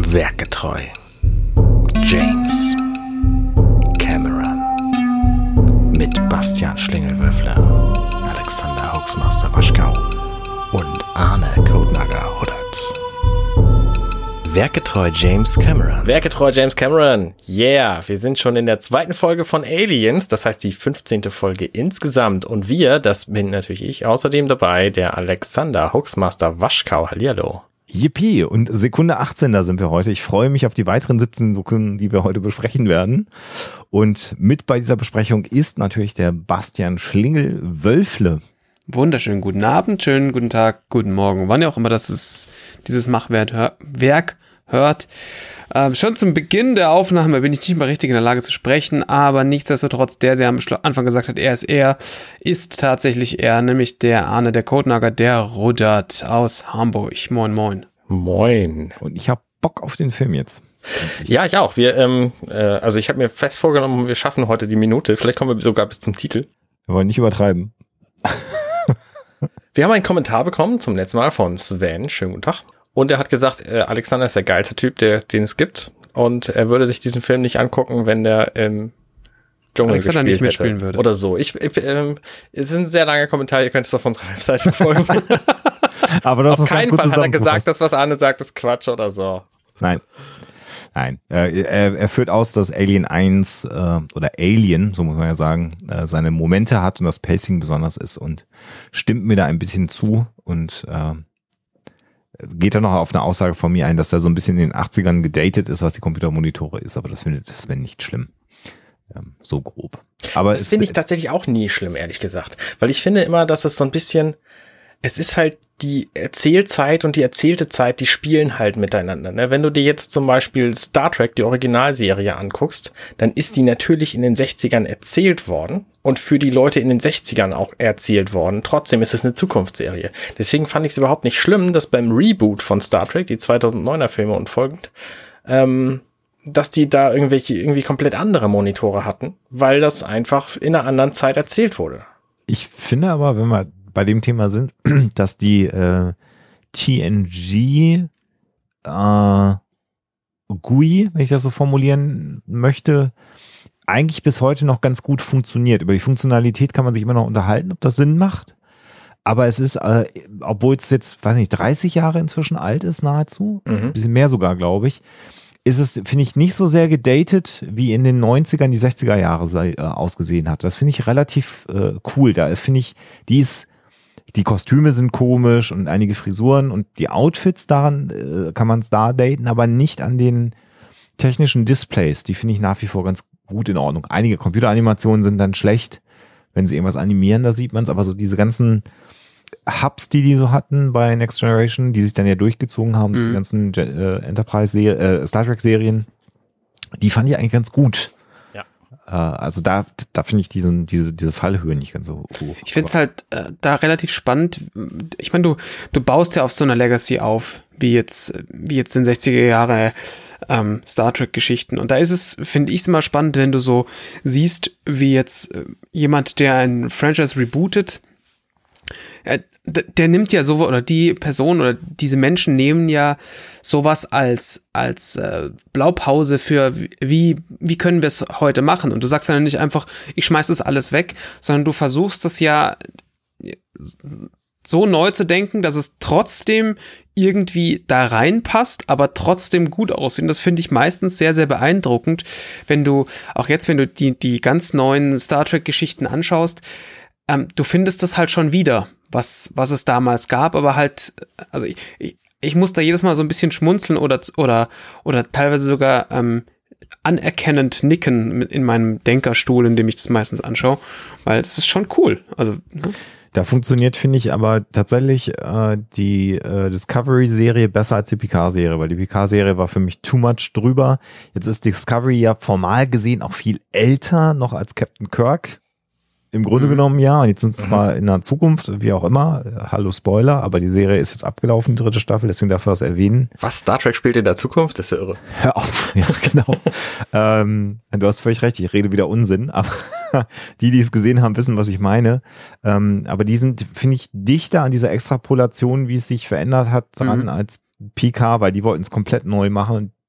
Werkgetreu. James Cameron. Mit Bastian Schlingelwürfler, Alexander Hoaxmaster Waschkau und Arne Codenager Huddert. Werkgetreu James Cameron. Werkgetreu James Cameron. Yeah, wir sind schon in der zweiten Folge von Aliens, das heißt die 15. Folge insgesamt. Und wir, das bin natürlich ich, außerdem dabei der Alexander Hoaxmaster Waschkau. Hallihallo. Yippie, und Sekunde 18, da sind wir heute. Ich freue mich auf die weiteren 17 Sekunden, die wir heute besprechen werden. Und mit bei dieser Besprechung ist natürlich der Bastian Schlingel-Wölfle. Wunderschönen guten Abend, schönen guten Tag, guten Morgen, wann ja auch immer dieses Machwerk hört. Schon zum Beginn der Aufnahme bin ich nicht mal richtig in der Lage zu sprechen, aber nichtsdestotrotz, der am Anfang gesagt hat, ist tatsächlich er, nämlich der Arne, der Codenager, der Ruddert aus Hamburg. Moin, moin. Moin. Und ich habe Bock auf den Film jetzt. Ja, ich auch. Also ich habe mir fest vorgenommen, wir schaffen heute die Minute. Vielleicht kommen wir sogar bis zum Titel. Wir wollen nicht übertreiben. Wir haben einen Kommentar bekommen zum letzten Mal von Sven. Schönen guten Tag. Und er hat gesagt, Alexander ist der geilste Typ, den es gibt. Und er würde sich diesen Film nicht angucken, wenn der im Dschungel Alexander gespielt nicht mitspielen hätte. Würde. Oder so. Es ist ein sehr langer Kommentar, ihr könnt es auf unserer Webseite folgen. Aber das auf ist keinen Fall hat er gesagt, das, was Arne sagt, ist Quatsch oder so. Nein. Er führt aus, dass Alien 1 oder Alien, so muss man ja sagen, seine Momente hat und das Pacing besonders ist und stimmt mir da ein bisschen zu und geht dann noch auf eine Aussage von mir ein, dass er so ein bisschen in den 80ern gedatet ist, was die Computermonitore ist, aber das wäre nicht schlimm. So grob. Aber das finde ich tatsächlich auch nie schlimm, ehrlich gesagt. Weil ich finde immer, dass es so ein bisschen, es ist halt die Erzählzeit und die erzählte Zeit, die spielen halt miteinander. Ne? Wenn du dir jetzt zum Beispiel Star Trek, die Originalserie, anguckst, dann ist die natürlich in den 60ern erzählt worden und für die Leute in den 60ern auch erzählt worden. Trotzdem ist es eine Zukunftsserie. Deswegen fand ich es überhaupt nicht schlimm, dass beim Reboot von Star Trek, die 2009er Filme und folgend, dass die da irgendwie komplett andere Monitore hatten, weil das einfach in einer anderen Zeit erzählt wurde. Ich finde aber, wenn wir bei dem Thema sind, dass die TNG GUI, wenn ich das so formulieren möchte, eigentlich bis heute noch ganz gut funktioniert. Über die Funktionalität kann man sich immer noch unterhalten, ob das Sinn macht. Aber es ist, obwohl es jetzt, 30 Jahre inzwischen alt ist nahezu, ein bisschen mehr sogar, glaube ich, ist es, finde ich, nicht so sehr gedatet, wie in den 90ern die 60er Jahre ausgesehen hat. Das finde ich relativ cool. Da finde ich, die Kostüme sind komisch und einige Frisuren und die Outfits daran kann man es da daten, aber nicht an den technischen Displays. Die finde ich nach wie vor ganz gut in Ordnung. Einige Computeranimationen sind dann schlecht, wenn sie irgendwas animieren, da sieht man es, aber so diese ganzen Hubs, die so hatten bei Next Generation, die sich dann ja durchgezogen haben, die ganzen Star Trek Serien, die fand ich eigentlich ganz gut. Also da finde ich diese Fallhöhe nicht ganz so hoch. Ich finde es halt da relativ spannend. Ich meine, du baust ja auf so einer Legacy auf, wie jetzt in 60er Jahre Star Trek Geschichten. Und da ist es, finde ich es immer spannend, wenn du so siehst, wie jetzt jemand, der ein Franchise rebootet, der nimmt ja so, oder die Person oder diese Menschen nehmen ja sowas als Blaupause für wie können wir es heute machen. Und du sagst ja nicht einfach, ich schmeiß das alles weg, sondern du versuchst das ja so neu zu denken, dass es trotzdem irgendwie da reinpasst, aber trotzdem gut aussieht. Und das finde ich meistens sehr, sehr beeindruckend, wenn du die ganz neuen Star Trek-Geschichten anschaust, du findest das halt schon wieder, was es damals gab, aber halt, also ich muss da jedes Mal so ein bisschen schmunzeln oder teilweise sogar anerkennend nicken in meinem Denkerstuhl, in dem ich das meistens anschaue, weil das ist schon cool. Also, ne? Da funktioniert, finde ich, aber tatsächlich die Discovery-Serie besser als die Picard-Serie, weil die Picard-Serie war für mich too much drüber. Jetzt ist Discovery ja formal gesehen auch viel älter noch als Captain Kirk. Im Grunde genommen ja, und jetzt sind es zwar in der Zukunft, wie auch immer, hallo Spoiler, aber die Serie ist jetzt abgelaufen, die 3. Staffel, deswegen darf ich das erwähnen. Was, Star Trek spielt in der Zukunft? Das ist ja irre. Hör auf, ja genau. Du hast völlig recht, ich rede wieder Unsinn, aber die es gesehen haben, wissen, was ich meine. Aber die sind, finde ich, dichter an dieser Extrapolation, wie es sich verändert hat, dran als PK, weil die wollten es komplett neu machen.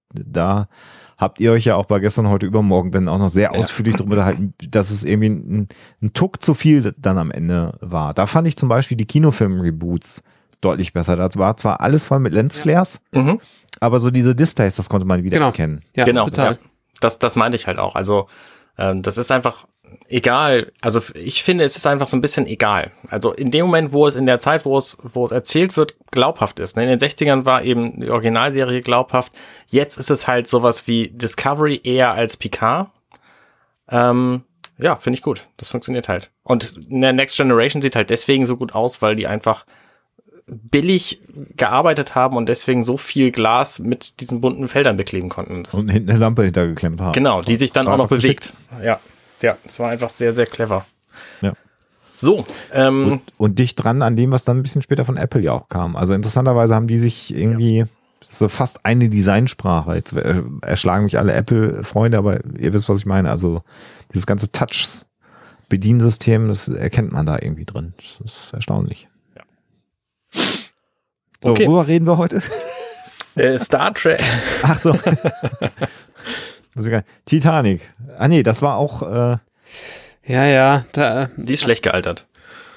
da habt ihr euch ja auch bei gestern, heute, übermorgen dann auch noch sehr ausführlich darüber unterhalten, dass es irgendwie ein Tuck zu viel dann am Ende war. Da fand ich zum Beispiel die Kinofilm-Reboots deutlich besser. Das war zwar alles voll mit Lensflares, aber so diese Displays, das konnte man wieder erkennen. Ja, genau, total. Ja. Das meinte ich halt auch. Also das ist einfach egal. Also ich finde, es ist einfach so ein bisschen egal. Also in dem Moment, wo es in der Zeit, wo es erzählt wird, glaubhaft ist. Ne? In den 60ern war eben die Originalserie glaubhaft. Jetzt ist es halt sowas wie Discovery eher als Picard. Ja, finde ich gut. Das funktioniert halt. Und in der Next Generation sieht halt deswegen so gut aus, weil die einfach billig gearbeitet haben und deswegen so viel Glas mit diesen bunten Feldern bekleben konnten. Und hinten eine Lampe hintergeklemmt haben. Genau, die sich dann auch noch bewegt. Ja, das war einfach sehr, sehr clever. Ja. So. Und dicht dran an dem, was dann ein bisschen später von Apple ja auch kam. Also interessanterweise haben die sich irgendwie so fast eine Designsprache. Jetzt erschlagen mich alle Apple-Freunde, aber ihr wisst, was ich meine. Also dieses ganze Touch-Bediensystem, das erkennt man da irgendwie drin. Das ist erstaunlich. Ja. So, Okay. worüber reden wir heute? Star Trek. Ach so. Titanic. Ah nee, das war auch Ja, Die ist schlecht gealtert.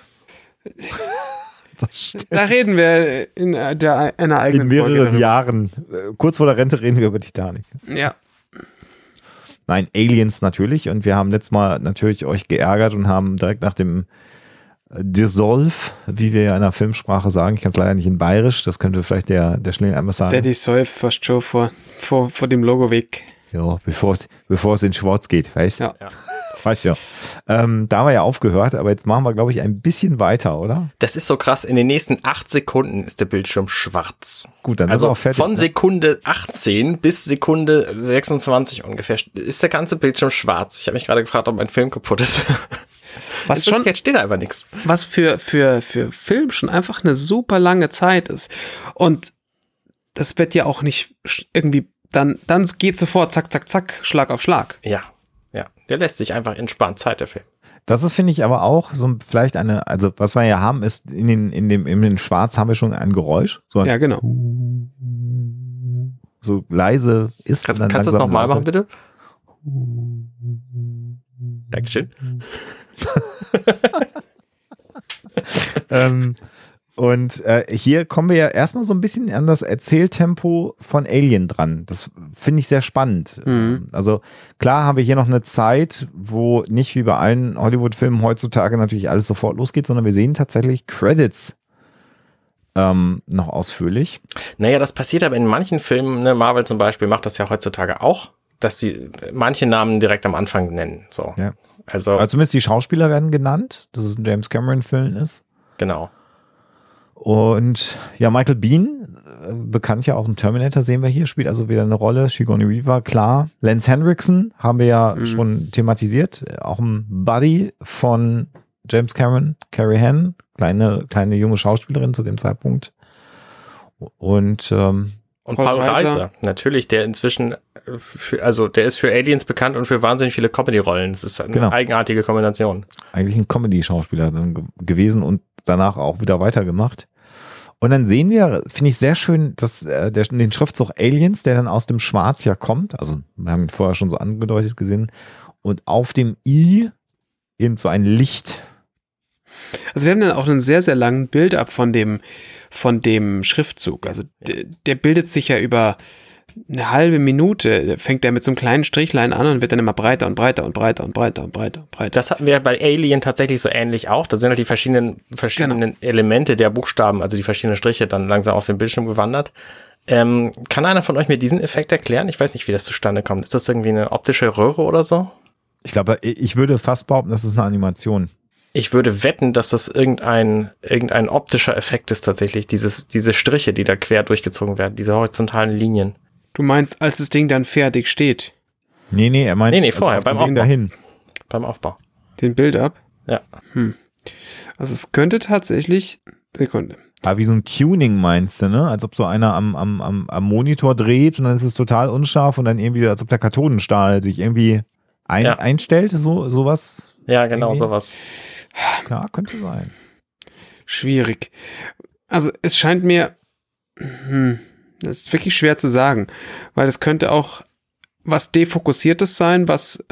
da reden wir in einer eigenen in Folge mehreren darüber. Jahren. Kurz vor der Rente reden wir über Titanic. Ja. Nein, Aliens natürlich. Und wir haben letztes Mal natürlich euch geärgert und haben direkt nach dem Dissolve, wie wir ja in der Filmsprache sagen, ich kann es leider nicht in Bayerisch, das könnte vielleicht der Schlingel einmal sagen. Der Dissolve fast schon vor dem Logo weg. Ja, bevor es in Schwarz geht, weißt du? Ja. Weißt du. Da haben wir ja aufgehört, aber jetzt machen wir, glaube ich, ein bisschen weiter, oder? Das ist so krass. In den nächsten 8 Sekunden ist der Bildschirm schwarz. Gut, dann Also sind wir auch fertig. von Sekunde 18 bis Sekunde 26 ungefähr ist der ganze Bildschirm schwarz. Ich habe mich gerade gefragt, ob mein Film kaputt ist. Was schon, Jetzt steht da einfach nichts. was für Film schon einfach eine super lange Zeit ist. Und das wird ja auch nicht irgendwie, dann geht sofort zack, zack, zack, Schlag auf Schlag. Ja. Der lässt sich einfach entspannt Zeit, der Film. Das ist, finde ich, aber auch so vielleicht also was wir ja haben, ist in dem Schwarz haben wir schon ein Geräusch. So ein Ja, genau. so leise ist. Kannst dann du das langsam nochmal lauter. machen, bitte? Dankeschön. Und hier kommen wir ja erstmal so ein bisschen an das Erzähltempo von Alien dran. Das finde ich sehr spannend. Also klar haben wir hier noch eine Zeit, wo nicht wie bei allen Hollywood-Filmen heutzutage natürlich alles sofort losgeht, sondern wir sehen tatsächlich Credits noch ausführlich. Naja, das passiert aber in manchen Filmen, ne? Marvel zum Beispiel macht das ja heutzutage auch, dass sie manche Namen direkt am Anfang nennen. So. Ja. Also, Also zumindest die Schauspieler werden genannt, dass es ein James Cameron-Film ist. genau. Und ja, Michael Biehn, bekannt ja aus dem Terminator, sehen wir hier, spielt also wieder eine Rolle. Sigourney Weaver, klar. Lance Henriksen haben wir ja schon thematisiert, auch ein Buddy von James Cameron, Carrie Henn, kleine junge Schauspielerin zu dem Zeitpunkt. Und Und Paul Reiser, natürlich, der inzwischen, der ist für Aliens bekannt und für wahnsinnig viele Comedy-Rollen. Das ist eine eigenartige Kombination. eigentlich ein Comedy-Schauspieler dann gewesen und danach auch wieder weitergemacht. Und dann sehen wir, finde ich sehr schön, dass den Schriftzug Aliens, der dann aus dem Schwarz ja kommt, also wir haben ihn vorher schon so angedeutet gesehen, und auf dem I eben so ein Licht. Also wir haben dann auch einen sehr, sehr langen Build-up von dem Schriftzug. Also der bildet sich ja über eine halbe Minute, fängt der mit so einem kleinen Strichlein an und wird dann immer breiter und breiter und breiter und breiter und breiter und breiter. Das hatten wir bei Alien tatsächlich so ähnlich auch. Da sind halt die verschiedenen Elemente der Buchstaben, also die verschiedenen Striche, dann langsam auf den Bildschirm gewandert. Kann einer von euch mir diesen Effekt erklären? Ich weiß nicht, wie das zustande kommt. Ist das irgendwie eine optische Röhre oder so? Ich glaube, ich würde fast behaupten, das ist eine Animation. Ich würde wetten, dass das irgendein optischer Effekt ist tatsächlich. Diese Striche, die da quer durchgezogen werden, diese horizontalen Linien. Du meinst, als das Ding dann fertig steht? Nee, er meint vorher, beim Aufbau. dahin. Beim Aufbau. Den Build-up? Ja. Also es könnte tatsächlich, Sekunde. Aber wie so ein Tuning meinst du, ne? Als ob so einer am Monitor dreht und dann ist es total unscharf und dann irgendwie, als ob der Kathodenstahl sich irgendwie einstellt, sowas. Ja, genau, irgendwie. sowas. Ja, könnte sein. Schwierig. Also es scheint mir, Das ist wirklich schwer zu sagen, weil das könnte auch was Defokussiertes sein, was,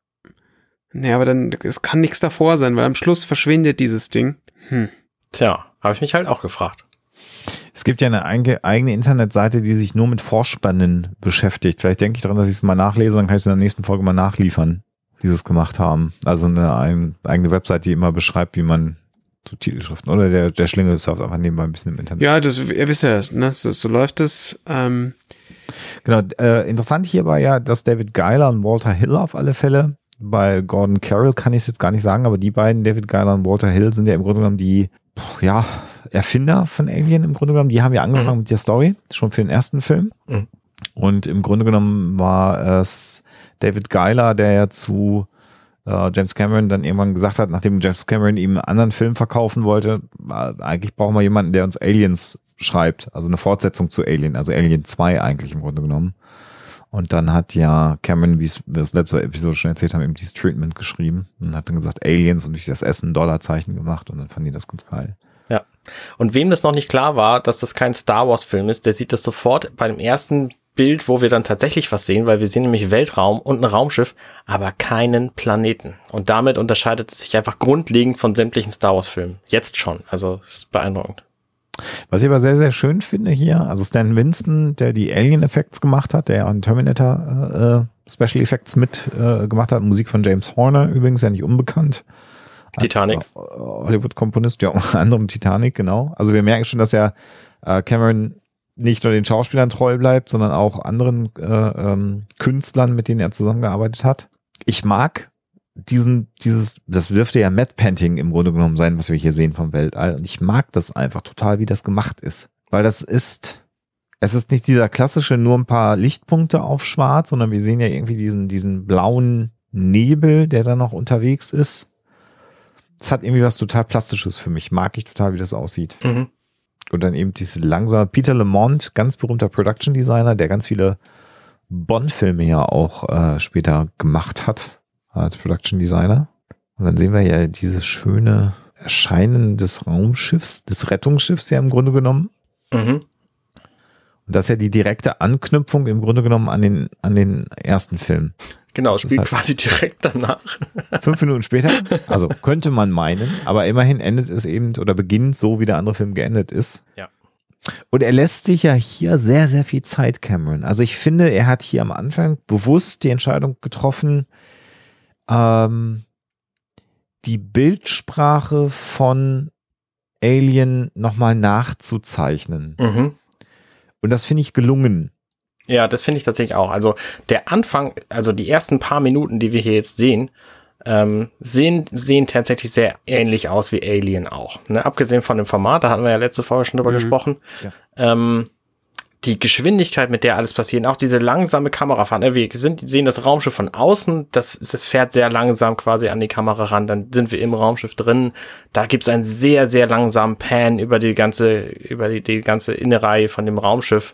aber dann, es kann nichts davor sein, weil am Schluss verschwindet dieses Ding. Tja, habe ich mich halt auch gefragt. Es gibt ja eine eigene Internetseite, die sich nur mit Vorspannen beschäftigt. Vielleicht denke ich daran, dass ich es mal nachlese, dann kann ich es in der nächsten Folge mal nachliefern, wie sie es gemacht haben. Also eine eigene Website, die immer beschreibt, wie man so Titelschriften oder der Schlingel surft einfach nebenbei ein bisschen im Internet. Ja, ihr wisst ja, ne, so läuft es. Genau, interessant hier war ja, dass David Giler und Walter Hill auf alle Fälle, bei Gordon Carroll kann ich es jetzt gar nicht sagen, aber die beiden, David Giler und Walter Hill, sind ja im Grunde genommen die Erfinder von Alien im Grunde genommen. Die haben ja angefangen mit der Story, schon für den ersten Film. Und im Grunde genommen war es David Giler, der ja zu James Cameron dann irgendwann gesagt hat, nachdem James Cameron ihm einen anderen Film verkaufen wollte, eigentlich brauchen wir jemanden, der uns Aliens schreibt, also eine Fortsetzung zu Alien, also Alien 2 eigentlich im Grunde genommen. Und dann hat ja Cameron, wie wir das letzte Episode schon erzählt haben, eben dieses Treatment geschrieben und hat dann gesagt Aliens und durch das Essen $Zeichen gemacht und dann fanden die das ganz geil. Ja. Und wem das noch nicht klar war, dass das kein Star Wars Film ist, der sieht das sofort bei dem ersten Bild, wo wir dann tatsächlich was sehen, weil wir sehen nämlich Weltraum und ein Raumschiff, aber keinen Planeten. Und damit unterscheidet es sich einfach grundlegend von sämtlichen Star Wars Filmen. Jetzt schon. Also ist beeindruckend. Was ich aber sehr, sehr schön finde hier, also Stan Winston, der die Alien Effects gemacht hat, der ja an Terminator Special Effects mit gemacht hat, Musik von James Horner, übrigens ja nicht unbekannt. Titanic. Hollywood-Komponist, ja, unter anderem Titanic, genau. Also wir merken schon, dass ja Cameron nicht nur den Schauspielern treu bleibt, sondern auch anderen Künstlern, mit denen er zusammengearbeitet hat. Ich mag das dürfte ja Matte Painting im Grunde genommen sein, was wir hier sehen vom Weltall. Und ich mag das einfach total, wie das gemacht ist. Weil es ist nicht dieser klassische, nur ein paar Lichtpunkte auf schwarz, sondern wir sehen ja irgendwie diesen blauen Nebel, der da noch unterwegs ist. Es hat irgendwie was total Plastisches für mich. Mag ich total, wie das aussieht. Und dann eben diese langsame Peter Lamont, ganz berühmter Production Designer, der ganz viele Bond-Filme ja auch später gemacht hat als Production Designer. Und dann sehen wir ja dieses schöne Erscheinen des Raumschiffs, des Rettungsschiffs ja im Grunde genommen. Und das ist ja die direkte Anknüpfung im Grunde genommen an den ersten Film. Genau, es spielt halt quasi direkt danach. 5 Minuten später, also könnte man meinen, aber immerhin endet es eben oder beginnt so, wie der andere Film geendet ist. Ja. Und er lässt sich ja hier sehr, sehr viel Zeit, Cameron. Also ich finde, er hat hier am Anfang bewusst die Entscheidung getroffen, die Bildsprache von Alien nochmal nachzuzeichnen. Und das finde ich gelungen. Ja, das finde ich tatsächlich auch. Also der Anfang, also die ersten paar Minuten, die wir hier jetzt sehen, sehen tatsächlich sehr ähnlich aus wie Alien auch. Ne? Abgesehen von dem Format, da hatten wir ja letzte Folge schon drüber gesprochen. Ja. Die Geschwindigkeit, mit der alles passiert, auch diese langsame Kamerafahren. Wir sehen das Raumschiff von außen, das fährt sehr langsam quasi an die Kamera ran, dann sind wir im Raumschiff drin. Da gibt's einen sehr, sehr langsamen Pan über die ganze Innenreihe von dem Raumschiff.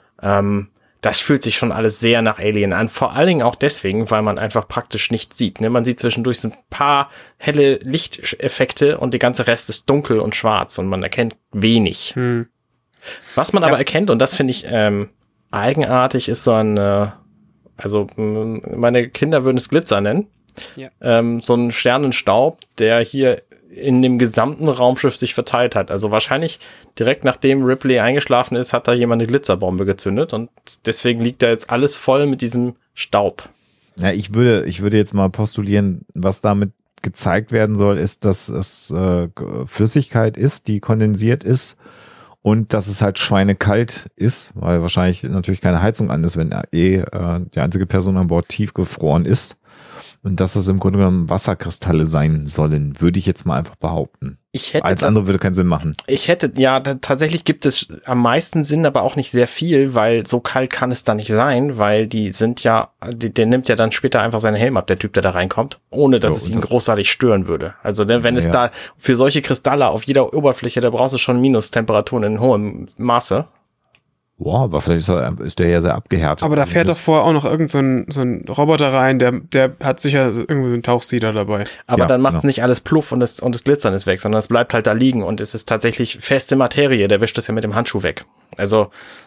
Das fühlt sich schon alles sehr nach Alien an. Vor allen Dingen auch deswegen, weil man einfach praktisch nichts sieht. Ne? Man sieht zwischendurch so ein paar helle Lichteffekte und der ganze Rest ist dunkel und schwarz und man erkennt wenig. Was man aber erkennt, und das finde ich eigenartig, ist so ein, also meine Kinder würden es Glitzer nennen, so ein Sternenstaub, der hier in dem gesamten Raumschiff sich verteilt hat. Also wahrscheinlich direkt nachdem Ripley eingeschlafen ist, hat da jemand eine Glitzerbombe gezündet und deswegen liegt da jetzt alles voll mit diesem Staub. Ja, ich würde jetzt mal postulieren, was damit gezeigt werden soll, ist, dass es Flüssigkeit ist, die kondensiert ist. Und dass es halt schweinekalt ist, weil wahrscheinlich natürlich keine Heizung an ist, wenn die einzige Person an Bord tiefgefroren ist. Und dass das im Grunde genommen Wasserkristalle sein sollen, würde ich jetzt mal einfach behaupten. Alles andere würde keinen Sinn machen. Tatsächlich gibt es am meisten Sinn, aber auch nicht sehr viel, weil so kalt kann es da nicht sein, weil die sind ja, der nimmt ja dann später einfach seinen Helm ab, der Typ, der da reinkommt, ohne dass es ihn großartig stören würde. Also wenn es da für solche Kristalle auf jeder Oberfläche, da brauchst du schon Minustemperaturen in hohem Maße. Wow, aber vielleicht ist der ja sehr abgehärtet. Aber da fährt doch vorher auch noch irgend so ein Roboter rein, der hat sicher irgendwie so einen Tauchsieder dabei. Aber dann macht es nicht alles pluff und das Glitzern ist weg, sondern es bleibt halt da liegen und es ist tatsächlich feste Materie, der wischt das ja mit dem Handschuh weg. Also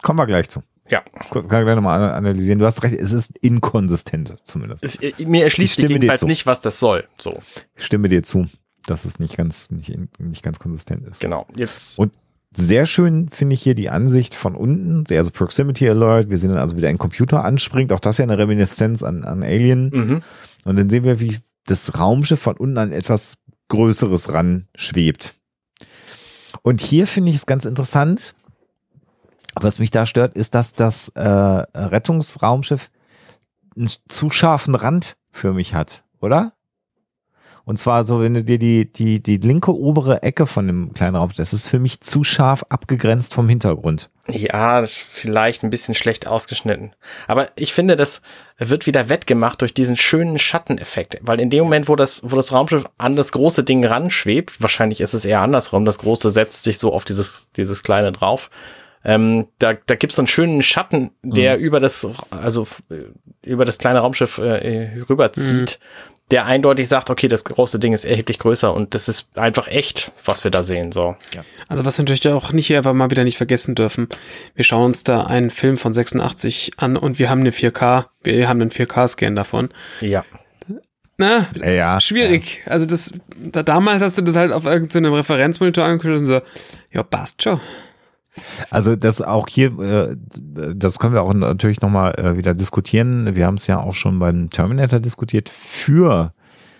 Kommen wir gleich zu. Ja. Kann ich gleich nochmal analysieren. Du hast recht, es ist inkonsistent zumindest. Mir erschließt sich jedenfalls nicht, was das soll. So. Ich stimme dir zu, dass es nicht ganz konsistent ist. Genau. Jetzt. Und sehr schön finde ich hier die Ansicht von unten, also Proximity Alert. Wir sehen dann also, wie ein Computer anspringt. Auch das ist ja eine Reminiszenz an Alien. Mhm. Und dann sehen wir, wie das Raumschiff von unten an etwas Größeres ran schwebt. Und hier finde ich es ganz interessant. Was mich da stört, ist, dass das Rettungsraumschiff einen zu scharfen Rand für mich hat, oder? Und zwar so, wenn du dir die linke obere Ecke von dem kleinen Raumschiff, das ist für mich zu scharf abgegrenzt vom Hintergrund. Ja, das ist vielleicht ein bisschen schlecht ausgeschnitten. Aber ich finde, das wird wieder wettgemacht durch diesen schönen Schatteneffekt. Weil in dem Moment, wo das Raumschiff an das große Ding ranschwebt, wahrscheinlich ist es eher andersrum, das große setzt sich so auf dieses kleine drauf. Da gibt's so einen schönen Schatten, der über das kleine Raumschiff rüberzieht, der eindeutig sagt, okay, das große Ding ist erheblich größer und das ist einfach echt, was wir da sehen. So. Ja. Also was wir natürlich auch nicht hier einfach mal wieder nicht vergessen dürfen, wir schauen uns da einen Film von 86 an und wir haben einen 4K-Scan davon. Ja. Na, ja, schwierig. Ja. Also damals hast du das halt auf irgendeinem Referenzmonitor angeguckt und so, ja, passt schon. Also das auch hier, das können wir auch natürlich nochmal wieder diskutieren. Wir haben es ja auch schon beim Terminator diskutiert. Für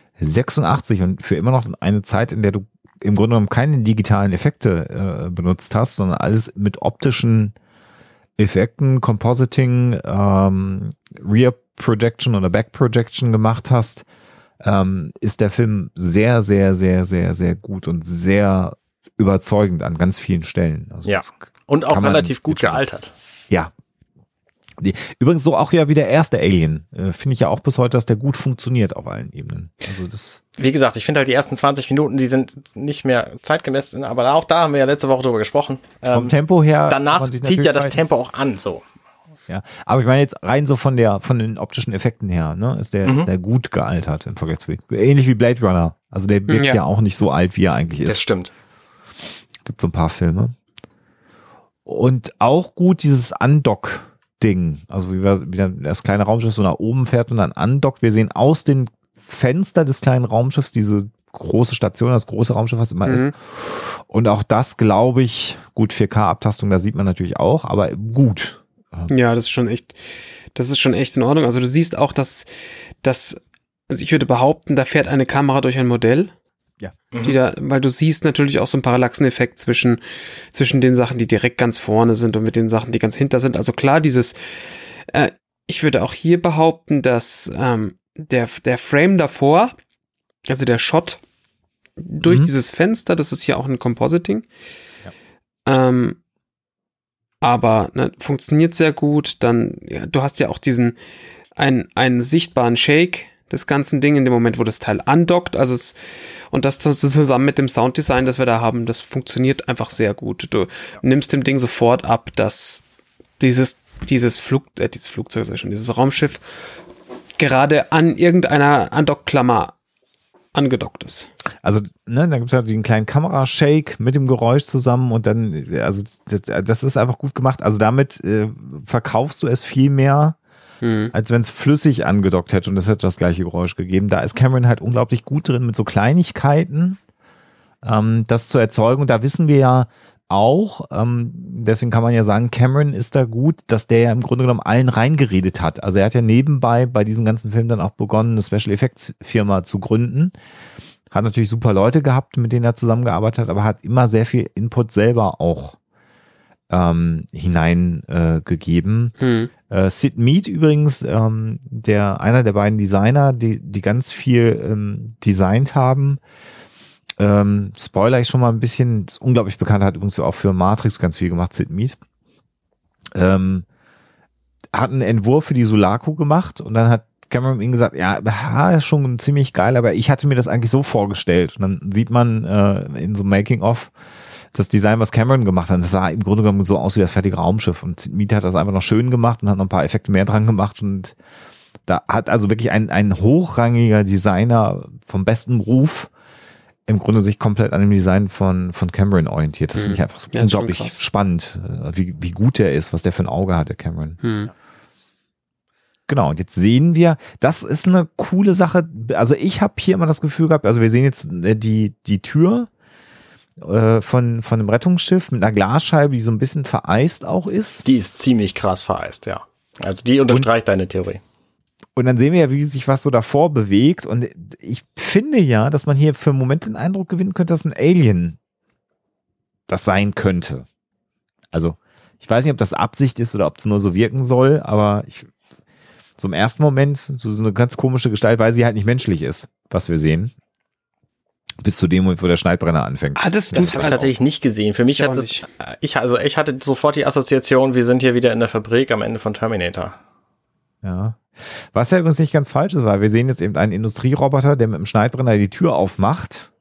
86 und für immer noch eine Zeit, in der du im Grunde genommen keine digitalen Effekte benutzt hast, sondern alles mit optischen Effekten, Compositing, Rear Projection oder Back Projection gemacht hast, ist der Film sehr, sehr, sehr, sehr, sehr gut und sehr überzeugend an ganz vielen Stellen. Also ja, und auch relativ gut gealtert. Ja. Übrigens so auch ja wie der erste Alien. Finde ich ja auch bis heute, dass der gut funktioniert auf allen Ebenen. Also das. Wie gesagt, ich finde halt die ersten 20 Minuten, die sind nicht mehr zeitgemäß, aber auch da haben wir ja letzte Woche drüber gesprochen. Vom Tempo her. Danach zieht ja das Tempo auch an, so. Ja, aber ich meine jetzt rein so von den optischen Effekten her, ne, ist der gut gealtert im Vergleich zu, ähnlich wie Blade Runner. Also der wirkt ja auch nicht so alt, wie er eigentlich ist. Das stimmt. Gibt so ein paar Filme. Und auch gut dieses Undock-Ding. Also wie das kleine Raumschiff so nach oben fährt und dann undockt. Wir sehen aus den Fenster des kleinen Raumschiffs diese große Station, das große Raumschiff, was immer ist. Und auch das, glaube ich, gut, 4K-Abtastung, da sieht man natürlich auch, aber gut. Ja, das ist schon echt in Ordnung. Also du siehst auch, dass also ich würde behaupten, da fährt eine Kamera durch ein Modell. Ja. Weil du siehst natürlich auch so einen Parallaxeneffekt zwischen den Sachen, die direkt ganz vorne sind und mit den Sachen, die ganz hinter sind. Also klar, ich würde auch hier behaupten, dass der Frame davor, also der Shot durch dieses Fenster, das ist ja auch ein Compositing. Ja. Aber funktioniert sehr gut. Dann, ja, du hast ja auch einen sichtbaren Shake des ganzen Ding in dem Moment, wo das Teil andockt. Also und das zusammen mit dem Sounddesign, das wir da haben, das funktioniert einfach sehr gut. Du nimmst dem Ding sofort ab, dass dieses Flugzeug, dieses Raumschiff gerade an irgendeiner Andockklammer angedockt ist. Also, da gibt es ja den kleinen Kamerashake mit dem Geräusch zusammen und dann, also das ist einfach gut gemacht. Also damit verkaufst du es viel mehr, als wenn es flüssig angedockt hätte und es hätte das gleiche Geräusch gegeben. Da ist Cameron halt unglaublich gut drin, mit so Kleinigkeiten das zu erzeugen. Und da wissen wir ja auch, deswegen kann man ja sagen, Cameron ist da gut, dass der ja im Grunde genommen allen reingeredet hat. Also er hat ja nebenbei bei diesen ganzen Filmen dann auch begonnen, eine Special Effects Firma zu gründen. Hat natürlich super Leute gehabt, mit denen er zusammengearbeitet hat, aber hat immer sehr viel Input selber auch hineingegeben. Sid Mead übrigens, einer der beiden Designer, die ganz viel designt haben. Spoiler ich schon mal ein bisschen, ist unglaublich bekannt, hat übrigens auch für Matrix ganz viel gemacht, Sid Mead. Hat einen Entwurf für die Sulaco gemacht und dann hat Cameron ihm gesagt, ja, ist schon ziemlich geil, aber ich hatte mir das eigentlich so vorgestellt. Und dann sieht man in so einem Making-of das Design, was Cameron gemacht hat. Das sah im Grunde genommen so aus wie das fertige Raumschiff. Und Sid Mead hat das einfach noch schön gemacht und hat noch ein paar Effekte mehr dran gemacht. Und da hat also wirklich ein hochrangiger Designer vom besten Ruf im Grunde sich komplett an dem Design von Cameron orientiert. Das finde ich einfach so unglaublich spannend, wie gut der ist, was der für ein Auge hat, der Cameron. Genau, und jetzt sehen wir, das ist eine coole Sache. Also ich habe hier immer das Gefühl gehabt, also wir sehen jetzt die Tür von dem Rettungsschiff mit einer Glasscheibe, die so ein bisschen vereist auch ist. Die ist ziemlich krass vereist, ja. Also die unterstreicht deine Theorie. Und dann sehen wir ja, wie sich was so davor bewegt. Und ich finde ja, dass man hier für einen Moment den Eindruck gewinnen könnte, dass ein Alien das sein könnte. Also ich weiß nicht, ob das Absicht ist oder ob es nur so wirken soll, aber so im ersten Moment so eine ganz komische Gestalt, weil sie halt nicht menschlich ist, was wir sehen. Bis zu dem Moment, wo der Schneidbrenner anfängt. Das habe ich tatsächlich nicht gesehen. Für mich hat das, ich hatte sofort die Assoziation, wir sind hier wieder in der Fabrik am Ende von Terminator. Ja. Was ja übrigens nicht ganz falsch ist, weil wir sehen jetzt eben einen Industrieroboter, der mit dem Schneidbrenner die Tür aufmacht.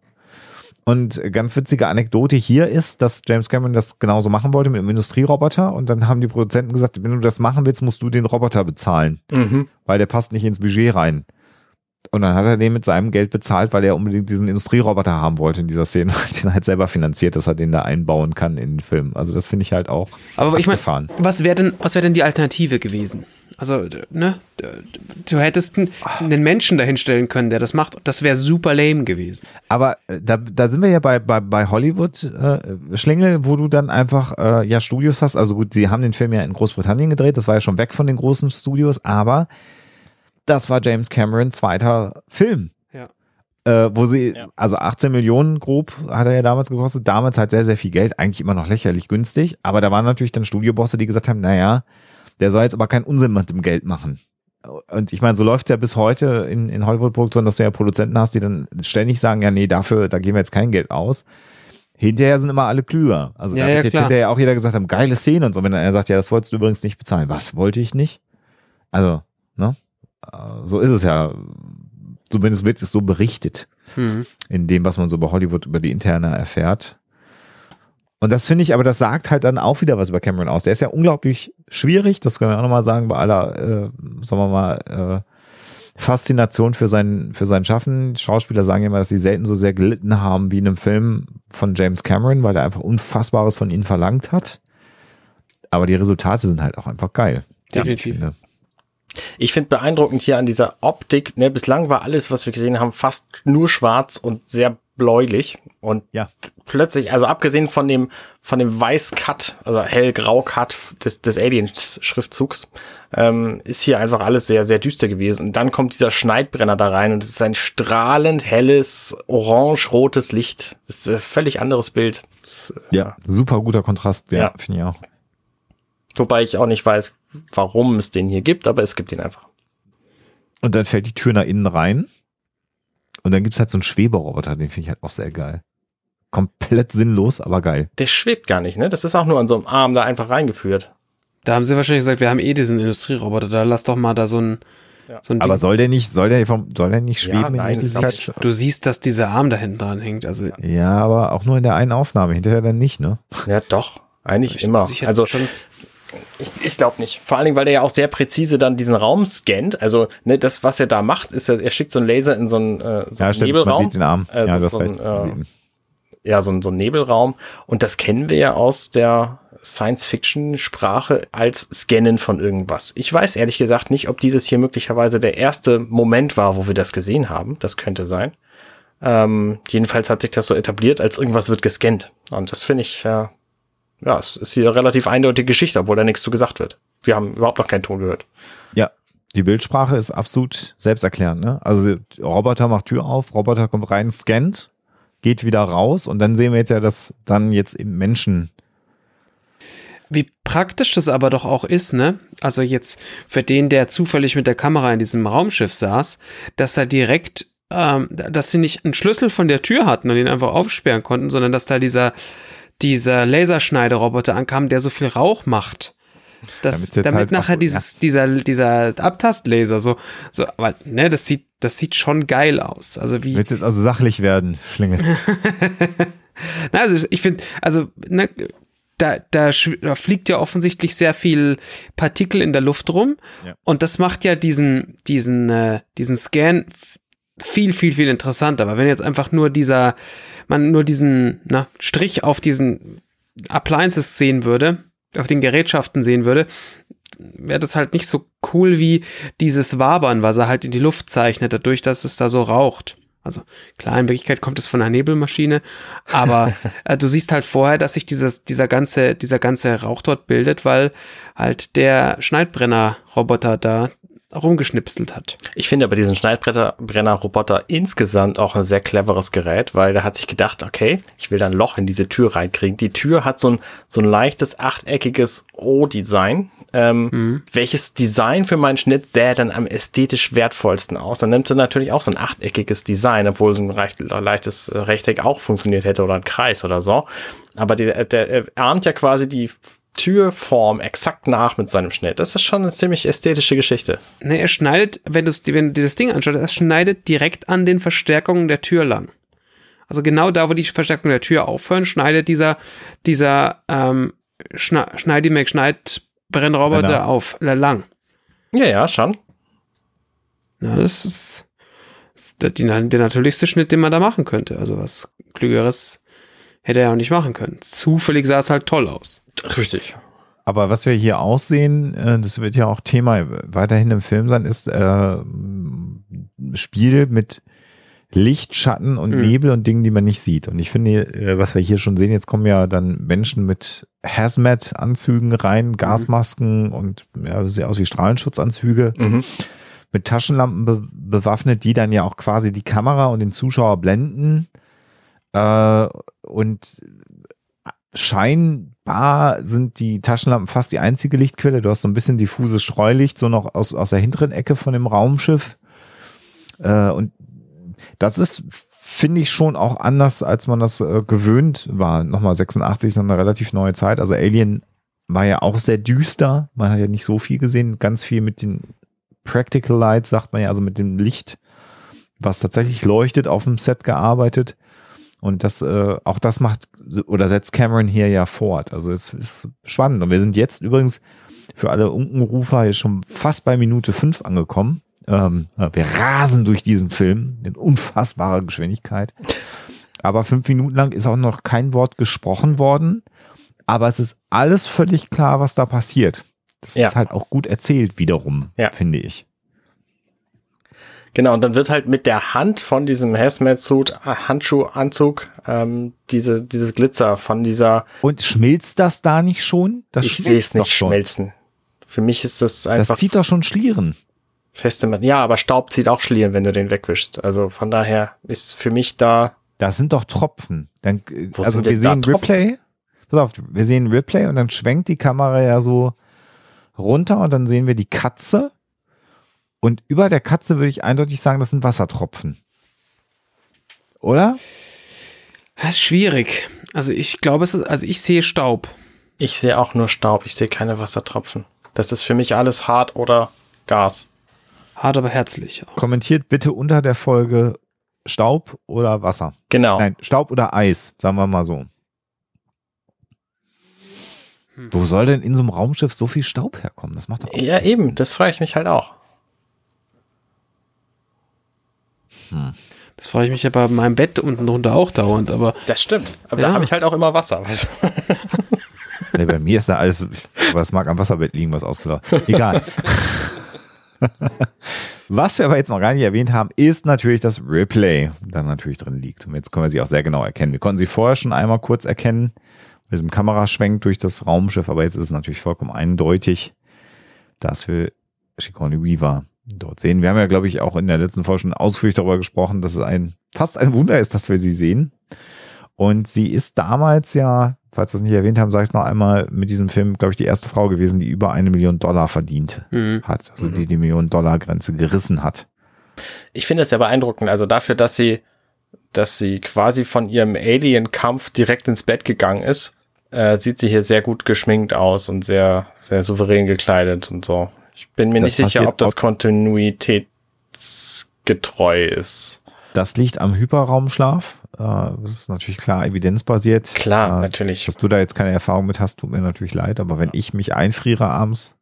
Und ganz witzige Anekdote hier ist, dass James Cameron das genauso machen wollte mit dem Industrieroboter. Und dann haben die Produzenten gesagt, wenn du das machen willst, musst du den Roboter bezahlen. Weil der passt nicht ins Budget rein. Und dann hat er den mit seinem Geld bezahlt, weil er unbedingt diesen Industrieroboter haben wollte in dieser Szene. Den halt selber finanziert, dass er den da einbauen kann in den Film. Also das finde ich halt auch. Aber ich meine, was wäre denn die Alternative gewesen? Also, ne, du hättest einen Menschen dahinstellen können, der das macht. Das wäre super lame gewesen. Aber da sind wir ja bei Hollywood, Schlingel, wo du dann einfach Studios hast. Also gut, sie haben den Film ja in Großbritannien gedreht. Das war ja schon weg von den großen Studios, aber das war James Camerons zweiter Film. Ja. Wo sie, also 18 Millionen grob hat er ja damals gekostet. Damals halt sehr, sehr viel Geld. Eigentlich immer noch lächerlich günstig. Aber da waren natürlich dann Studiobosse, die gesagt haben, naja, der soll jetzt aber keinen Unsinn mit dem Geld machen. Und ich meine, so läuft es ja bis heute in Hollywood-Produktionen, dass du ja Produzenten hast, die dann ständig sagen, ja nee, da geben wir jetzt kein Geld aus. Hinterher sind immer alle klüger. Also da wird jetzt hinterher auch jeder gesagt haben, geile Szene und so. Wenn er sagt, ja, das wolltest du übrigens nicht bezahlen. Was wollte ich nicht? Also, ne? So ist es ja. Zumindest wird es so berichtet. In dem, was man so bei Hollywood über die Interne erfährt. Und das finde ich, aber das sagt halt dann auch wieder was über Cameron aus. Der ist ja unglaublich schwierig, das können wir auch nochmal sagen, bei aller, sagen wir mal, Faszination für sein Schaffen. Schauspieler sagen ja immer, dass sie selten so sehr gelitten haben wie in einem Film von James Cameron, weil er einfach Unfassbares von ihnen verlangt hat. Aber die Resultate sind halt auch einfach geil. Definitiv. Ich finde beeindruckend hier an dieser Optik, ne, bislang war alles, was wir gesehen haben, fast nur schwarz und sehr bläulich und plötzlich, also abgesehen von dem Weiß-Cut, also hellgrau-Cut des Alien-Schriftzugs, ist hier einfach alles sehr, sehr düster gewesen. Und dann kommt dieser Schneidbrenner da rein und es ist ein strahlend helles, orange-rotes Licht. Das ist ein völlig anderes Bild. Das, super guter Kontrast, finde ich auch. Wobei ich auch nicht weiß, warum es den hier gibt, aber es gibt ihn einfach. Und dann fällt die Tür nach innen rein. Und dann gibt's halt so einen Schweberoboter, den finde ich halt auch sehr geil. Komplett sinnlos, aber geil. Der schwebt gar nicht, ne? Das ist auch nur an so einem Arm da einfach reingeführt. Da haben sie wahrscheinlich gesagt, wir haben diesen Industrieroboter, da lass doch mal da so ein Ding. Aber soll der nicht schweben? Nein, du siehst, dass dieser Arm da hinten dran hängt. Also ja, aber auch nur in der einen Aufnahme, hinterher dann nicht, ne? Ja, doch. Eigentlich immer. Also schon. Ich glaube nicht. Vor allen Dingen, weil der ja auch sehr präzise dann diesen Raum scannt. Also, ne, das, was er da macht, ist, er schickt so einen Laser in so einen Nebelraum. Man sieht den Arm. Ja, du hast recht. So ein Nebelraum. Und das kennen wir ja aus der Science-Fiction-Sprache als Scannen von irgendwas. Ich weiß ehrlich gesagt nicht, ob dieses hier möglicherweise der erste Moment war, wo wir das gesehen haben. Das könnte sein. Jedenfalls hat sich das so etabliert, als irgendwas wird gescannt. Und das finde ich, es ist hier eine relativ eindeutige Geschichte, obwohl da nichts zu gesagt wird. Wir haben überhaupt noch keinen Ton gehört. Ja. Die Bildsprache ist absolut selbsterklärend, ne? Also Roboter macht Tür auf, Roboter kommt rein, scannt, geht wieder raus und dann sehen wir jetzt ja, dass dann jetzt eben Menschen. Wie praktisch das aber doch auch ist, ne? Also jetzt für den, der zufällig mit der Kamera in diesem Raumschiff saß, dass er direkt, dass sie nicht einen Schlüssel von der Tür hatten und ihn einfach aufsperren konnten, sondern dass da dieser Laserschneideroboter ankam, der so viel Rauch macht. Damit halt nachher dieser Abtastlaser so, aber ne, das sieht schon geil aus. Also wie. Willst jetzt also sachlich werden, Schlingel? Na, also ich finde, also, ne, da fliegt ja offensichtlich sehr viel Partikel in der Luft rum und das macht ja diesen Scan viel, viel, viel interessanter. Aber wenn jetzt einfach nur man nur diesen Strich auf diesen Appliances sehen würde, auf den Gerätschaften sehen würde, wäre das halt nicht so cool wie dieses Wabern, was er halt in die Luft zeichnet, dadurch, dass es da so raucht. Also klar, in Wirklichkeit kommt es von einer Nebelmaschine, aber du siehst halt vorher, dass sich dieser ganze Rauch dort bildet, weil halt der Schneidbrenner-Roboter da rumgeschnipselt hat. Ich finde aber diesen Schneidbrenner-Roboter insgesamt auch ein sehr cleveres Gerät, weil der hat sich gedacht, okay, ich will da ein Loch in diese Tür reinkriegen. Die Tür hat so ein leichtes, achteckiges O-Design. Welches Design für meinen Schnitt sähe dann am ästhetisch wertvollsten aus? Dann nimmt sie natürlich auch so ein achteckiges Design, obwohl so ein leichtes Rechteck auch funktioniert hätte oder ein Kreis oder so. Aber der ahmt ja quasi die Türform exakt nach mit seinem Schnitt. Das ist schon eine ziemlich ästhetische Geschichte. Ne, er schneidet, wenn du dir das Ding anschaust, er schneidet direkt an den Verstärkungen der Tür lang. Also genau da, wo die Verstärkungen der Tür aufhören, schneidet dieser Schneidi-Mac-Schneid-Brennroboter auf, lang. Ja, schon. Na, das ist der natürlichste Schnitt, den man da machen könnte. Also was Klügeres hätte er auch nicht machen können. Zufällig sah es halt toll aus. Richtig. Aber was wir hier auch sehen, das wird ja auch Thema weiterhin im Film sein, ist Spiel mit Licht, Schatten und Nebel und Dingen, die man nicht sieht. Und ich finde, was wir hier schon sehen, jetzt kommen ja dann Menschen mit Hazmat-Anzügen rein, Gasmasken und ja, sieht aus wie Strahlenschutzanzüge, mit Taschenlampen bewaffnet, die dann ja auch quasi die Kamera und den Zuschauer blenden. Und scheinbar sind die Taschenlampen fast die einzige Lichtquelle. Du hast so ein bisschen diffuses Streulicht, so noch aus der hinteren Ecke von dem Raumschiff. Und das ist, finde ich, schon auch anders, als man das gewöhnt war. Nochmal 86 ist eine relativ neue Zeit. Also Alien war ja auch sehr düster. Man hat ja nicht so viel gesehen. Ganz viel mit den Practical Lights, sagt man ja, also mit dem Licht, was tatsächlich leuchtet, auf dem Set gearbeitet. Und das, auch das macht oder setzt Cameron hier ja fort. Also es ist spannend. Und wir sind jetzt übrigens für alle Unkenrufer hier schon fast bei Minute 5 angekommen. Wir rasen durch diesen Film in unfassbarer Geschwindigkeit. Aber 5 Minuten lang ist auch noch kein Wort gesprochen worden. Aber es ist alles völlig klar, was da passiert. Das ist halt auch gut erzählt wiederum, finde ich. Genau, und dann wird halt mit der Hand von diesem Hazmat-Suit, Handschuhanzug, dieses Glitzer von dieser... Und schmilzt das da nicht schon? Ich sehe es nicht schmelzen. Für mich ist das einfach... Das zieht doch schon Schlieren. Ja, aber Staub zieht auch Schlieren, wenn du den wegwischst. Also von daher ist für mich da... Das sind doch Tropfen. Dann, also wir sehen Ripley. Pass auf, wir sehen Ripley und dann schwenkt die Kamera ja so runter und dann sehen wir die Katze. Und über der Katze würde ich eindeutig sagen, das sind Wassertropfen. Oder? Das ist schwierig. Also ich glaube, ich sehe Staub. Ich sehe auch nur Staub. Ich sehe keine Wassertropfen. Das ist für mich alles hart oder Gas. Hart, aber herzlich. Kommentiert bitte unter der Folge Staub oder Wasser. Genau. Nein, Staub oder Eis, sagen wir mal so. Wo soll denn in so einem Raumschiff so viel Staub herkommen? Das macht doch auch ja, eben. Das frage ich mich halt auch. Das frage ich mich ja bei meinem Bett unten drunter auch dauernd, aber... Das stimmt, aber da habe ich halt auch immer Wasser. Weißt du? Nee, bei mir ist da alles, was mag am Wasserbett liegen, was ausgelaufen. Egal. Was wir aber jetzt noch gar nicht erwähnt haben, ist natürlich, dass Ripley da natürlich drin liegt. Und jetzt können wir sie auch sehr genau erkennen. Wir konnten sie vorher schon einmal kurz erkennen, mit diesem Kameraschwenk durch das Raumschiff, aber jetzt ist es natürlich vollkommen eindeutig, dass wir Sigourney Weaver dort sehen. Wir haben ja, glaube ich, auch in der letzten Folge schon ausführlich darüber gesprochen, dass es fast ein Wunder ist, dass wir sie sehen. Und sie ist damals ja, falls wir es nicht erwähnt haben, sage ich es noch einmal, mit diesem Film, glaube ich, die erste Frau gewesen, die über $1 Million verdient hat. Also die $1-Million-Grenze gerissen hat. Ich finde es ja beeindruckend, also dafür, dass sie quasi von ihrem Alien-Kampf direkt ins Bett gegangen ist, sieht sie hier sehr gut geschminkt aus und sehr, sehr souverän gekleidet und so. Ich bin mir nicht sicher, ob das kontinuitätsgetreu ist. Das liegt am Hyperraumschlaf. Das ist natürlich klar evidenzbasiert. Klar, natürlich. Dass du da jetzt keine Erfahrung mit hast, tut mir natürlich leid. Aber wenn ich mich einfriere abends,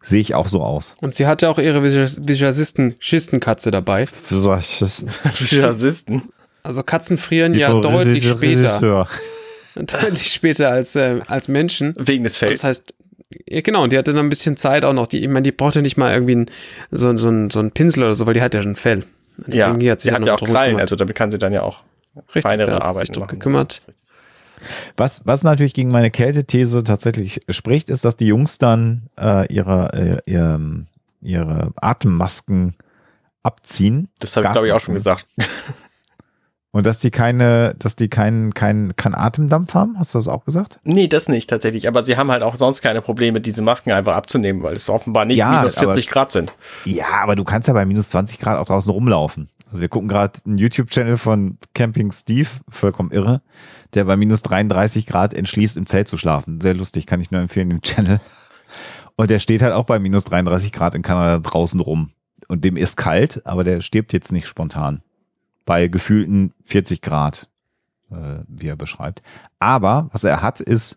Sehe ich auch so aus. Und sie hatte auch ihre Visagistin-Schistenkatze dabei. Visagisten. Also Katzen frieren ja deutlich später. Deutlich später als Menschen. Wegen des Fells. Das heißt, ja, genau, und die hatte dann ein bisschen Zeit auch noch. Ich meine, die brauchte nicht mal irgendwie so einen Pinsel oder so, weil die hat ja schon Fell. Ja, die hat ja auch Krallen, also damit kann sie dann ja auch feinere Arbeiten machen. Gekümmert. Was natürlich gegen meine Kältethese tatsächlich spricht, ist, dass die Jungs dann ihre Atemmasken abziehen. Das habe ich, glaube ich, auch schon gesagt. Und dass die keinen Atemdampf haben? Hast du das auch gesagt? Nee, das nicht tatsächlich. Aber sie haben halt auch sonst keine Probleme, diese Masken einfach abzunehmen, weil es offenbar nicht minus 40 Grad sind. Ja, aber du kannst ja bei minus 20 Grad auch draußen rumlaufen. Also wir gucken gerade einen YouTube-Channel von Camping Steve, vollkommen irre, der bei minus 33 Grad entschließt, im Zelt zu schlafen. Sehr lustig, kann ich nur empfehlen, den Channel. Und der steht halt auch bei minus 33 Grad in Kanada draußen rum. Und dem ist kalt, aber der stirbt jetzt nicht spontan. Bei gefühlten 40 Grad, wie er beschreibt. Aber was er hat, ist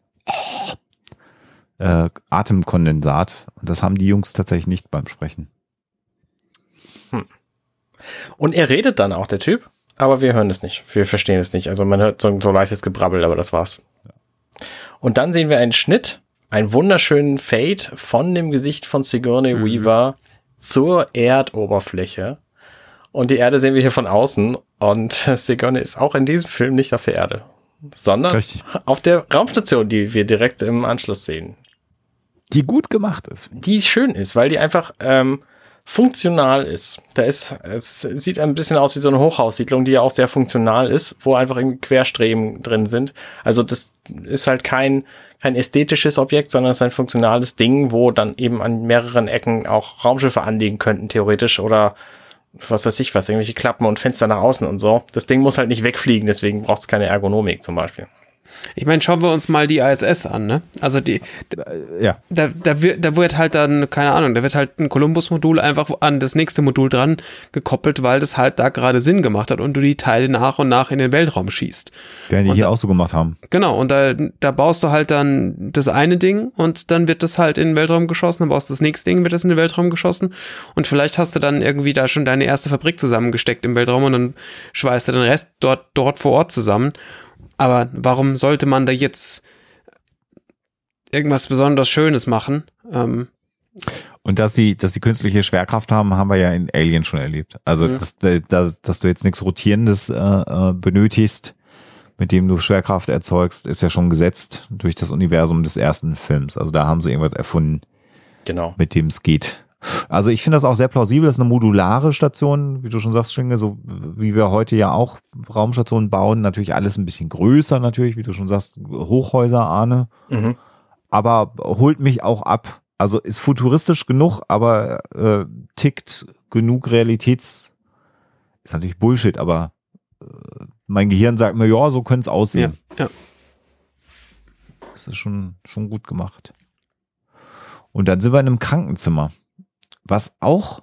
Atemkondensat. Und das haben die Jungs tatsächlich nicht beim Sprechen. Und er redet dann auch, der Typ, aber wir hören es nicht. Wir verstehen es nicht. Also man hört so leichtes Gebrabbel, aber das war's. Und dann sehen wir einen Schnitt, einen wunderschönen Fade von dem Gesicht von Sigourney Weaver zur Erdoberfläche. Und die Erde sehen wir hier von außen. Und Sigourney ist auch in diesem Film nicht auf der Erde, sondern auf der Raumstation, die wir direkt im Anschluss sehen. Die gut gemacht ist. Die schön ist, weil die einfach funktional ist. Es sieht ein bisschen aus wie so eine Hochhaussiedlung, die ja auch sehr funktional ist, wo einfach irgendwie Querstreben drin sind. Also das ist halt kein ästhetisches Objekt, sondern es ist ein funktionales Ding, wo dann eben an mehreren Ecken auch Raumschiffe anliegen könnten, theoretisch, oder was weiß ich was, irgendwelche Klappen und Fenster nach außen und so. Das Ding muss halt nicht wegfliegen, deswegen braucht es keine Ergonomik zum Beispiel. Ich meine, schauen wir uns mal die ISS an, ne? Also da wird halt dann, keine Ahnung, da wird halt ein Columbus-Modul einfach an das nächste Modul dran gekoppelt, weil das halt da gerade Sinn gemacht hat und du die Teile nach und nach in den Weltraum schießt. Werden die hier auch so gemacht haben. Genau, und da baust du halt dann das eine Ding und dann wird das halt in den Weltraum geschossen, dann baust du das nächste Ding, wird das in den Weltraum geschossen und vielleicht hast du dann irgendwie da schon deine erste Fabrik zusammengesteckt im Weltraum und dann schweißt du den Rest dort vor Ort zusammen. Aber warum sollte man da jetzt irgendwas besonders Schönes machen? Und dass sie künstliche Schwerkraft haben wir ja in Alien schon erlebt. Also, dass du jetzt nichts Rotierendes benötigst, mit dem du Schwerkraft erzeugst, ist ja schon gesetzt durch das Universum des ersten Films. Also da haben sie irgendwas erfunden, genau, mit dem es geht. Also ich finde das auch sehr plausibel, das ist eine modulare Station, wie du schon sagst, Schwinge, so wie wir heute ja auch Raumstationen bauen, natürlich alles ein bisschen größer natürlich, wie du schon sagst, Hochhäuser, Arne, aber holt mich auch ab. Also ist futuristisch genug, aber tickt genug ist natürlich Bullshit, aber mein Gehirn sagt mir, ja, so könnte es aussehen. Ja. Das ist schon gut gemacht. Und dann sind wir in einem Krankenzimmer, was auch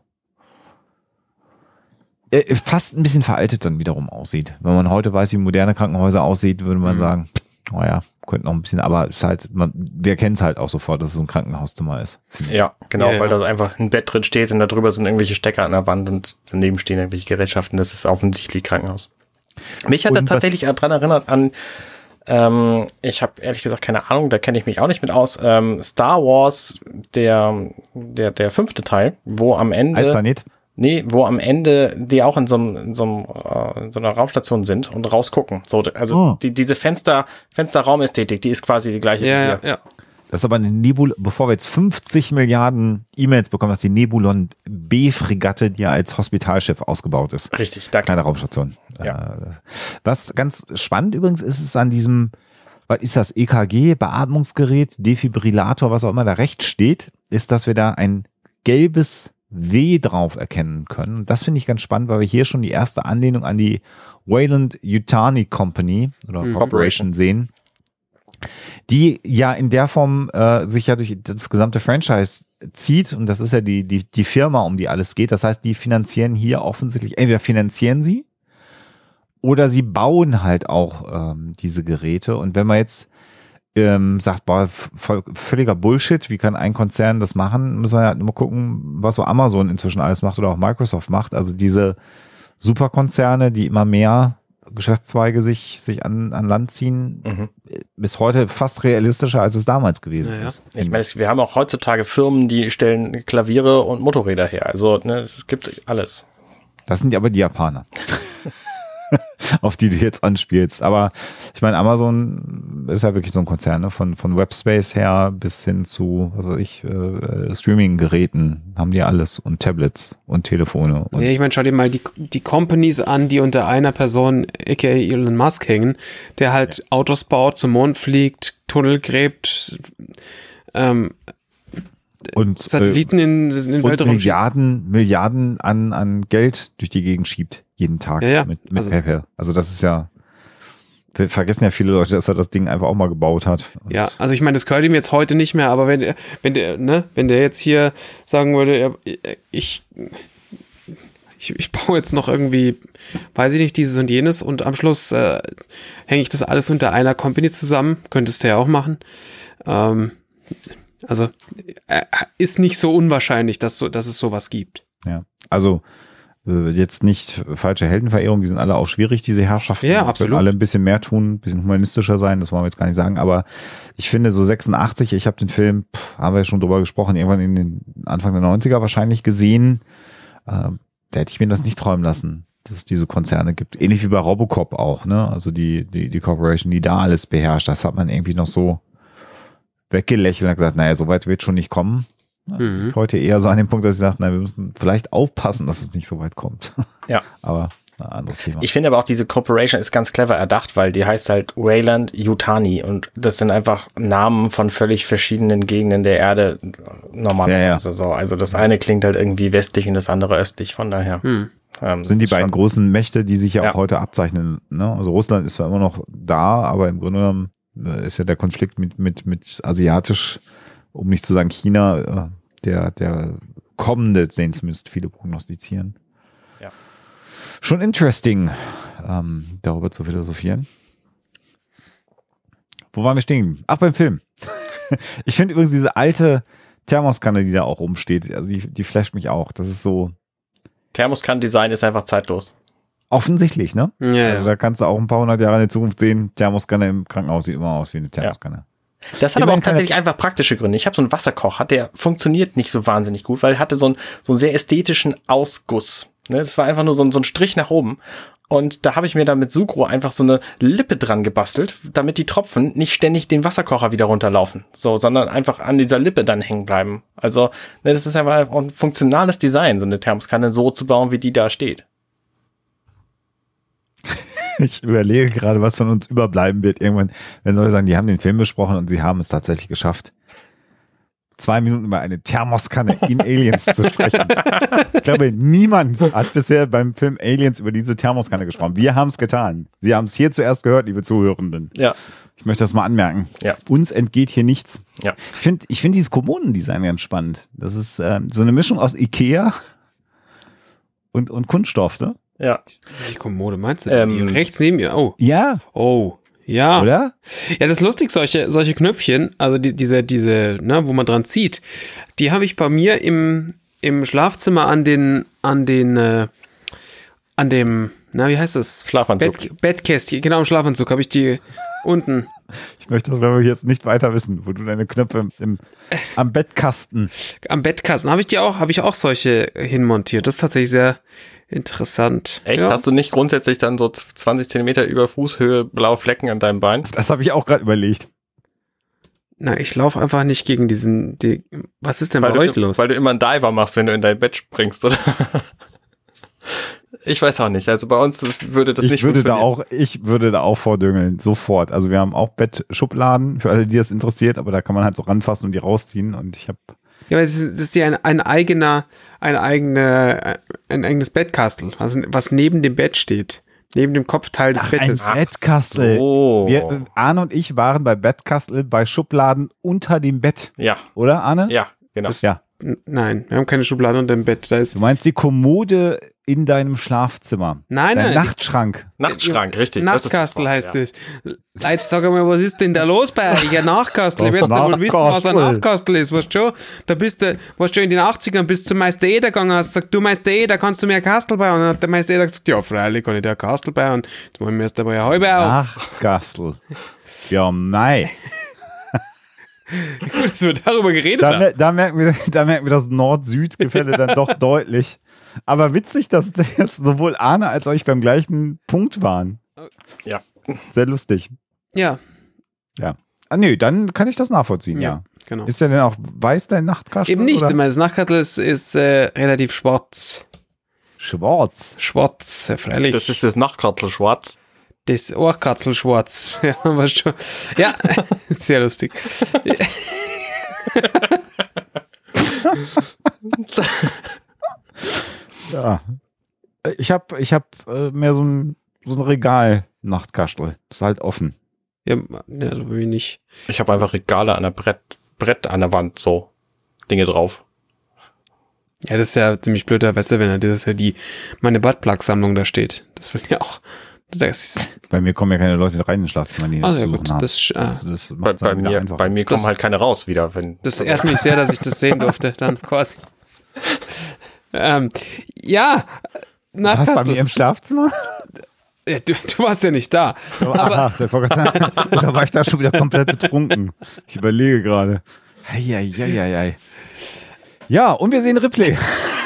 fast ein bisschen veraltet dann wiederum aussieht. Wenn man heute weiß, wie moderne Krankenhäuser aussehen, würde man sagen, naja, könnte noch ein bisschen, aber es ist halt, wir kennen es halt auch sofort, dass es ein Krankenhauszimmer ist. Ja, genau, weil da einfach ein Bett drin steht und da drüber sind irgendwelche Stecker an der Wand und daneben stehen irgendwelche Gerätschaften. Das ist offensichtlich Krankenhaus. Mich hat das tatsächlich daran erinnert an, ich habe ehrlich gesagt keine Ahnung, da kenne ich mich auch nicht mit aus, Star Wars, der 5. Teil, wo am Ende Eisplanet? Nee, wo am Ende die auch in so einer Raumstation sind und rausgucken. So, also diese Fensterraumästhetik, die ist quasi die gleiche. Ja. Das ist aber eine bevor wir jetzt 50 Milliarden E-Mails bekommen, dass die Nebulon B-Fregatte, die ja als Hospitalschiff ausgebaut ist. Richtig, danke. Keine Raumstation. Ja. Was ganz spannend übrigens ist an diesem, was ist das, EKG, Beatmungsgerät, Defibrillator, was auch immer da rechts steht, ist, dass wir da ein gelbes W drauf erkennen können. Das finde ich ganz spannend, weil wir hier schon die erste Anlehnung an die Weyland-Yutani Company oder Corporation sehen, die ja in der Form sich ja durch das gesamte Franchise zieht, und das ist ja die Firma, um die alles geht. Das heißt, die finanzieren hier offensichtlich, entweder finanzieren sie oder sie bauen halt auch diese Geräte. Und wenn wir jetzt sagt, boah, völliger Bullshit, wie kann ein Konzern das machen? Müssen wir ja immer gucken, was so Amazon inzwischen alles macht oder auch Microsoft macht. Also diese Superkonzerne, die immer mehr Geschäftszweige sich an Land ziehen, bis heute fast realistischer, als es damals gewesen ist. Ich meine, wir haben auch heutzutage Firmen, die stellen Klaviere und Motorräder her. Also es gibt alles. Das sind aber die Japaner, auf die du jetzt anspielst. Aber ich meine, Amazon ist ja wirklich so ein Konzern, ne? Von Webspace her bis hin zu, was weiß ich, Streaming-Geräten haben die alles und Tablets und Telefone. Und ja, ich meine, schau dir mal die Companies an, die unter einer Person, aka Elon Musk, hängen, der halt Autos baut, zum Mond fliegt, Tunnel gräbt, und Satelliten in Weltraum Milliarden an Geld durch die Gegend schiebt, jeden Tag mit PayPal. Also das ist ja, wir vergessen ja viele Leute, dass er das Ding einfach auch mal gebaut hat. Und ja, also ich meine, das gehört ihm jetzt heute nicht mehr, aber wenn der jetzt hier sagen würde, ich baue jetzt noch irgendwie, weiß ich nicht, dieses und jenes und am Schluss hänge ich das alles unter einer Company zusammen, könntest du ja auch machen. Also ist nicht so unwahrscheinlich, dass es sowas gibt. Ja, also jetzt nicht falsche Heldenverehrung, die sind alle auch schwierig, diese Herrschaften. Ja, absolut. Können alle ein bisschen mehr tun, ein bisschen humanistischer sein, das wollen wir jetzt gar nicht sagen, aber ich finde so 86, ich habe den Film, haben wir ja schon drüber gesprochen, irgendwann in den Anfang der 90er wahrscheinlich gesehen, da hätte ich mir das nicht träumen lassen, dass es diese Konzerne gibt. Ähnlich wie bei Robocop auch, ne? Also die Corporation, die da alles beherrscht, das hat man irgendwie noch so weggelächelt und hat gesagt, naja, so weit wird schon nicht kommen. Heute eher so an dem Punkt, dass ich sage, wir müssen vielleicht aufpassen, dass es nicht so weit kommt. Ja. Aber ein anderes Thema. Ich finde aber auch, diese Corporation ist ganz clever erdacht, weil die heißt halt Weyland-Yutani und das sind einfach Namen von völlig verschiedenen Gegenden der Erde normalerweise. Ja. So. Also das eine klingt halt irgendwie westlich und das andere östlich, von daher. Sind die beiden großen Mächte, die sich ja auch heute abzeichnen. Ne? Also Russland ist zwar immer noch da, aber im Grunde genommen ist ja der Konflikt mit asiatisch, um nicht zu sagen China, der kommende, den zumindest viele prognostizieren. Ja. Schon interesting, darüber zu philosophieren. Wo waren wir stehen? Ach, beim Film. Ich finde übrigens diese alte Thermoskanne, die da auch rumsteht, also die flasht mich auch. Das ist so. Thermoskannen-Design ist einfach zeitlos. Offensichtlich, ne? Ja, also da kannst du auch ein paar hundert Jahre in die Zukunft sehen, Thermoskanne im Krankenhaus sieht immer aus wie eine Thermoskanne. Ja. Das hat aber auch tatsächlich einfach praktische Gründe. Ich habe so einen Wasserkocher, der funktioniert nicht so wahnsinnig gut, weil er hatte so einen sehr ästhetischen Ausguss. Ne? Das war einfach nur so ein Strich nach oben. Und da habe ich mir dann mit Sucro einfach so eine Lippe dran gebastelt, damit die Tropfen nicht ständig den Wasserkocher wieder runterlaufen, sondern einfach an dieser Lippe dann hängen bleiben. Also das ist einfach ein funktionales Design, so eine Thermoskanne so zu bauen, wie die da steht. Ich überlege gerade, was von uns überbleiben wird irgendwann, wenn Leute sagen, die haben den Film besprochen und sie haben es tatsächlich geschafft, 2 Minuten über eine Thermoskanne in Aliens zu sprechen. Ich glaube, niemand hat bisher beim Film Aliens über diese Thermoskanne gesprochen. Wir haben es getan. Sie haben es hier zuerst gehört, liebe Zuhörenden. Ja. Ich möchte das mal anmerken. Ja. Uns entgeht hier nichts. Ja. Ich finde dieses Kommodendesign ganz spannend. Das ist so eine Mischung aus Ikea und Kunststoff, ne? Ja. Welche Kommode meinst du? Die rechts neben mir. Oh. Ja. Oh. Ja. Oder? Ja, das ist lustig, solche Knöpfchen, also diese, ne, wo man dran zieht, die habe ich bei mir im Schlafzimmer an dem, na, wie heißt das? Schlafanzug. Bettkästchen, genau, im Schlafanzug habe ich die unten. Ich möchte das, glaube ich, jetzt nicht weiter wissen, wo du deine Knöpfe am Bettkasten. Am Bettkasten habe ich auch solche hinmontiert. Das ist tatsächlich sehr interessant. Echt? Ja. Hast du nicht grundsätzlich dann so 20 Zentimeter über Fußhöhe blaue Flecken an deinem Bein? Das habe ich auch gerade überlegt. Na, ich laufe einfach nicht gegen was ist denn bei euch los? Weil du immer einen Diver machst, wenn du in dein Bett springst, oder? Ich weiß auch nicht. Also bei uns würde das nicht funktionieren. Ich würde da auch vordüngeln, sofort. Also wir haben auch Bettschubladen, für alle, die das interessiert, aber da kann man halt so ranfassen und die rausziehen und ich habe... Ja, aber das ist ja ein eigenes Bettkastel, was neben dem Bett steht. Neben dem Kopfteil des Bettes. Ein Bettkastel. So. Arne und ich waren bei Bettkastel bei Schubladen unter dem Bett. Ja. Oder, Arne? Ja, genau. Ja. Nein, wir haben keine Schublade unter dem Bett. Da ist Du meinst die Kommode in deinem Schlafzimmer? Nein, Dein nein. Nachtschrank. Nachtschrank, richtig. Nachtkastel das heißt ist es. Leute, sag mal, was ist denn da los bei euch? Ein Nachtkastel. Ich werde mal wissen, was ein Nachtkastel ist. Weißt du schon? Da bist du, weißt du, in den 80ern bist du zum Meister Eder gegangen, hast gesagt, du Meister Eder, kannst du mir ein Kastel bauen? Und dann hat der Meister Eder gesagt, ja, freilich kann ich dir ein Kastel bauen. Jetzt wollen wir erst einmal eine halbe auf. Nachtkastel. Ja, nein. Gut, dass wir darüber geredet haben. Da merken wir das Nord-Süd-Gefälle dann doch deutlich. Aber witzig, dass sowohl Arne als auch ich beim gleichen Punkt waren. Ja. Sehr lustig. Ja, Ja. Ah, nö, dann kann ich das nachvollziehen, ja. genau. Ist der denn auch weiß, dein Nachtkastel? Eben nicht, oder? mein Nachtkastel ist relativ schwarz. Schwarz. Schwarz, freilich. Das ist das Nachtkastel schwarz. Das Ohrkatzel schwarz. Ja, weißt schon. Ja, sehr lustig. Ja. Ich hab mehr so ein Regal-Nachtkastel. Das ist halt offen. Ja, also bei mir nicht. Ich habe einfach Regale an der Brett an der Wand, so Dinge drauf. Ja, das ist ja ziemlich blöd, weißt du, wenn das ist ja meine Buttplug-Sammlung da steht. Das will ja auch. Das, Bei mir kommen ja keine Leute rein ins Schlafzimmer, die also zu gut, suchen haben. das macht's dann wieder einfacher. Bei mir kommen Das- halt keine raus wieder. Das ehrt mich sehr, dass ich das sehen durfte, dann quasi. Ja, Was, bei Nachtkastel. mir im Schlafzimmer? Ja, du warst ja nicht da. Ach, da war ich da schon wieder komplett betrunken. Ich überlege gerade. Eieieiei. Ja, und wir sehen Ripley.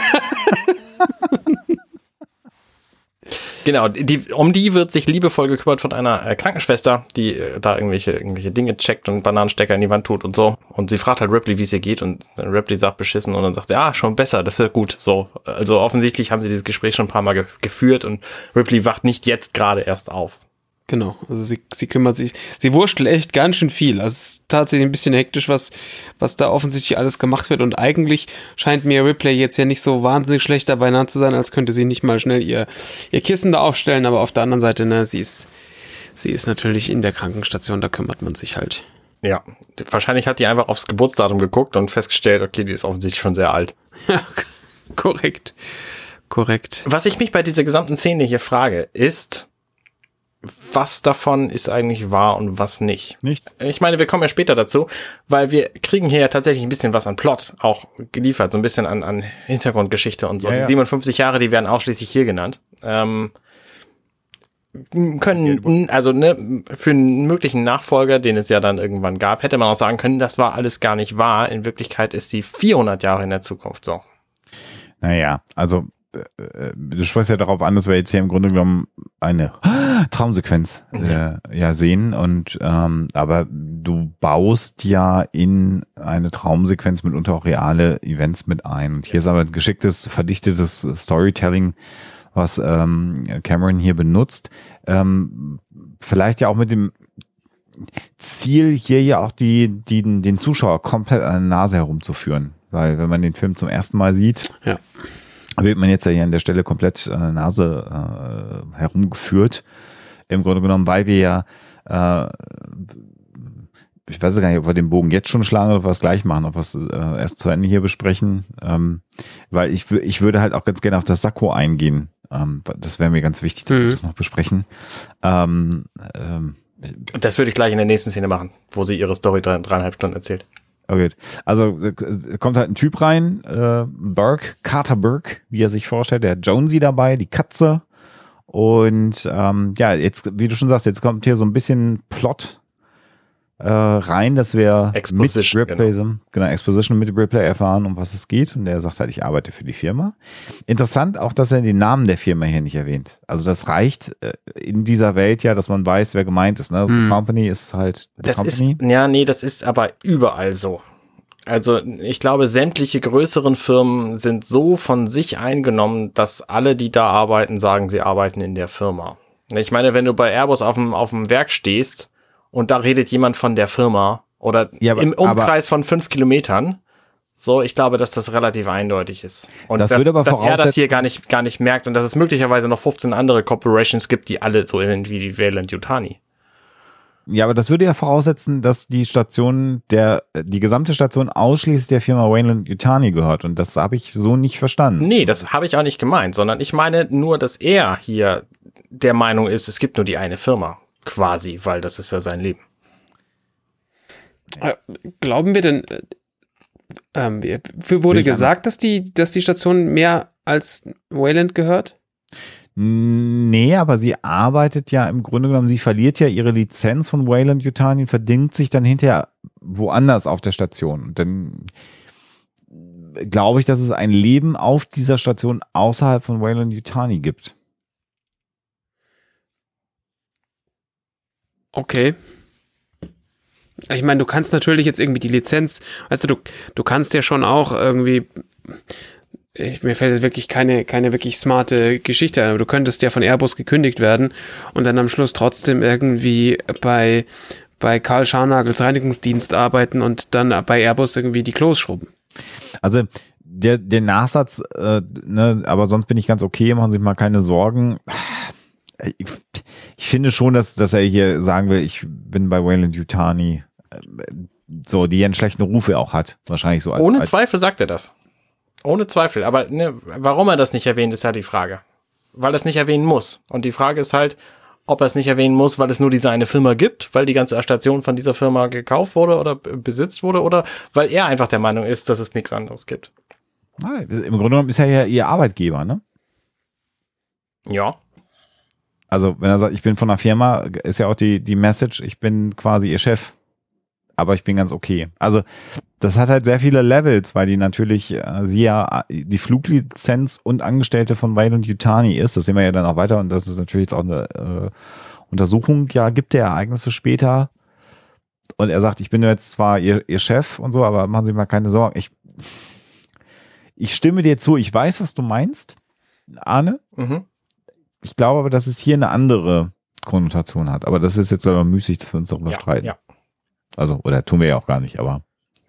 Genau, um die wird sich liebevoll gekümmert von einer Krankenschwester, die da irgendwelche Dinge checkt und Bananenstecker in die Wand tut und so. Und sie fragt halt Ripley, wie es ihr geht, und Ripley sagt beschissen, und dann sagt sie, ja, schon besser, das ist gut. So, also offensichtlich haben sie dieses Gespräch schon ein paar Mal geführt, und Ripley wacht nicht jetzt gerade erst auf. Genau, also sie kümmert sich, sie wurschtelt echt ganz schön viel. Also es ist tatsächlich ein bisschen hektisch, was da offensichtlich alles gemacht wird, und eigentlich scheint mir Ripley jetzt ja nicht so wahnsinnig schlecht dabei nah zu sein, als könnte sie nicht mal schnell ihr Kissen da aufstellen, aber auf der anderen Seite, ne, sie ist natürlich in der Krankenstation, da kümmert man sich halt. Ja, wahrscheinlich hat die einfach aufs Geburtsdatum geguckt und festgestellt, okay, die ist offensichtlich schon sehr alt. Ja, korrekt. Was ich mich bei dieser gesamten Szene hier frage, ist, was davon ist eigentlich wahr und was nicht? Nichts. Ich meine, wir kommen ja später dazu, weil wir kriegen hier ja tatsächlich ein bisschen was an Plot auch geliefert, so ein bisschen an Hintergrundgeschichte und so. Ja, ja. Die 57 Jahre, die werden ausschließlich hier genannt. Können, also ne, für einen möglichen Nachfolger, den es ja dann irgendwann gab, hätte man auch sagen können, das war alles gar nicht wahr. In Wirklichkeit ist die 400 Jahre in der Zukunft so. Naja, also du sprichst ja darauf an, dass wir jetzt hier im Grunde genommen eine Traumsequenz sehen, und aber du baust ja in eine Traumsequenz mitunter auch reale Events mit ein. Und hier ist aber ein geschicktes, verdichtetes Storytelling, was Cameron hier benutzt. Vielleicht ja auch mit dem Ziel, hier ja auch den Zuschauer komplett an der Nase herumzuführen. Weil wenn man den Film zum ersten Mal sieht, Ja. wird man jetzt ja hier an der Stelle komplett an der Nase herumgeführt. Im Grunde genommen, weil wir ja ich weiß gar nicht, ob wir den Bogen jetzt schon schlagen oder was gleich machen, ob wir es erst zu Ende hier besprechen. Weil ich würde halt auch ganz gerne auf das Sakko eingehen. Das wäre mir ganz wichtig, dass wir das noch besprechen. Das würde ich gleich in der nächsten Szene machen, wo sie ihre Story 3,5 Stunden erzählt. Okay. Also kommt halt ein Typ rein, Carter Burke, wie er sich vorstellt, der hat Jonesy dabei, die Katze. Und jetzt, wie du schon sagst, jetzt kommt hier so ein bisschen Plot rein, dass wir Exposition, mit Ripley, Exposition mit Ripley erfahren, um was es geht. Und der sagt halt, ich arbeite für die Firma. Interessant auch, dass er den Namen der Firma hier nicht erwähnt. Also das reicht in dieser Welt ja, dass man weiß, wer gemeint ist. Ne? Company ist halt Das Company. das ist aber überall so. Also ich glaube, sämtliche größeren Firmen sind so von sich eingenommen, dass alle, die da arbeiten, sagen, sie arbeiten in der Firma. Ich meine, wenn du bei Airbus auf dem Werk stehst und da redet jemand von der Firma oder im Umkreis von 5 Kilometern, so, ich glaube, dass das relativ eindeutig ist. Und Das würde aber dass er das hier voraussetzen- gar nicht merkt und dass es möglicherweise noch 15 andere Corporations gibt, die alle so sind wie die Weyland-Yutani. Ja, aber das würde ja voraussetzen, dass die gesamte Station ausschließlich der Firma Weyland-Yutani gehört. Und das habe ich so nicht verstanden. Nee, das habe ich auch nicht gemeint, sondern ich meine nur, dass er hier der Meinung ist, es gibt nur die eine Firma. Quasi, weil das ist ja sein Leben. Glauben wir denn, wurde gesagt, dass die Station mehr als Weyland gehört? Nee, aber sie arbeitet ja im Grunde genommen, sie verliert ja ihre Lizenz von Weyland-Yutani und verdingt sich dann hinterher woanders auf der Station. Und dann glaube ich, dass es ein Leben auf dieser Station außerhalb von Weyland-Yutani gibt. Okay. Ich meine, du kannst natürlich jetzt irgendwie die Lizenz, weißt du kannst ja schon auch irgendwie, mir fällt jetzt wirklich keine wirklich smarte Geschichte ein, aber du könntest ja von Airbus gekündigt werden und dann am Schluss trotzdem irgendwie bei Karl Scharnagels Reinigungsdienst arbeiten und dann bei Airbus irgendwie die Klos schrubben. Also der Nachsatz, aber sonst bin ich ganz okay, machen Sie sich mal keine Sorgen. Ich finde schon, dass er hier sagen will, ich bin bei Weyland-Yutani, so, die einen schlechten Ruf er auch hat, wahrscheinlich so. Ohne Zweifel sagt er das. Ohne Zweifel. Aber warum er das nicht erwähnt, ist ja die Frage. Weil er es nicht erwähnen muss. Und die Frage ist halt, ob er es nicht erwähnen muss, weil es nur diese eine Firma gibt, weil die ganze Station von dieser Firma gekauft wurde oder besitzt wurde oder weil er einfach der Meinung ist, dass es nichts anderes gibt. Im Grunde genommen ist er ja ihr Arbeitgeber, ne? Ja. Also wenn er sagt, ich bin von einer Firma, ist ja auch die Message, ich bin quasi ihr Chef, aber ich bin ganz okay. Also das hat halt sehr viele Levels, weil die natürlich, sie ja die Fluglizenz und Angestellte von Weyland-Yutani ist, das sehen wir ja dann auch weiter und das ist natürlich jetzt auch eine Untersuchung, ja, gibt der Ereignisse später und er sagt, ich bin jetzt zwar ihr Chef und so, aber machen Sie mal keine Sorgen. Ich stimme dir zu, ich weiß, was du meinst, Arne. Mhm. Ich glaube aber, dass es hier eine andere Konnotation hat. Aber das ist jetzt aber müßig, dass wir uns darüber streiten. Ja. Also, oder tun wir ja auch gar nicht, aber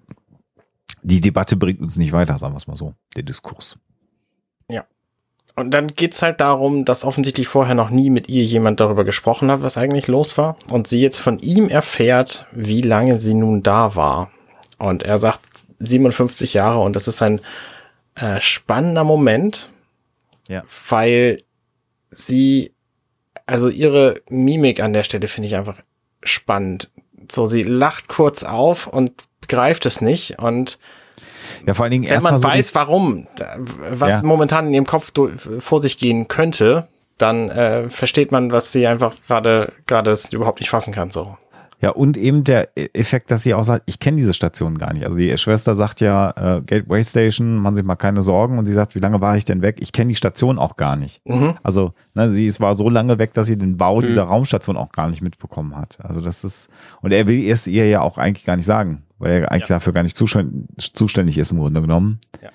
die Debatte bringt uns nicht weiter, sagen wir es mal so, der Diskurs. Ja. Und dann geht's halt darum, dass offensichtlich vorher noch nie mit ihr jemand darüber gesprochen hat, was eigentlich los war. Und sie jetzt von ihm erfährt, wie lange sie nun da war. Und er sagt 57 Jahre und das ist ein spannender Moment, ja, weil sie, also ihre Mimik an der Stelle finde ich einfach spannend. So, sie lacht kurz auf und begreift es nicht und ja, vor allen Dingen wenn man weiß, warum, was momentan in ihrem Kopf vor sich gehen könnte, dann versteht man, was sie einfach gerade überhaupt nicht fassen kann, so. Ja, und eben der Effekt, dass sie auch sagt, ich kenne diese Station gar nicht. Also die Schwester sagt ja, Gateway Station, machen Sie sich mal keine Sorgen. Und sie sagt, wie lange war ich denn weg? Ich kenne die Station auch gar nicht. Mhm. Also sie war so lange weg, dass sie den Bau dieser Raumstation auch gar nicht mitbekommen hat. Also das ist, und er will es ihr ja auch eigentlich gar nicht sagen, weil er eigentlich dafür gar nicht zuständig ist im Grunde genommen. Ja.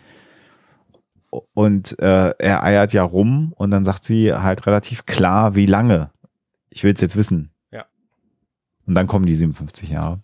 Und er eiert ja rum und dann sagt sie halt relativ klar, wie lange. Ich will es jetzt wissen. Und dann kommen die 57 Jahre.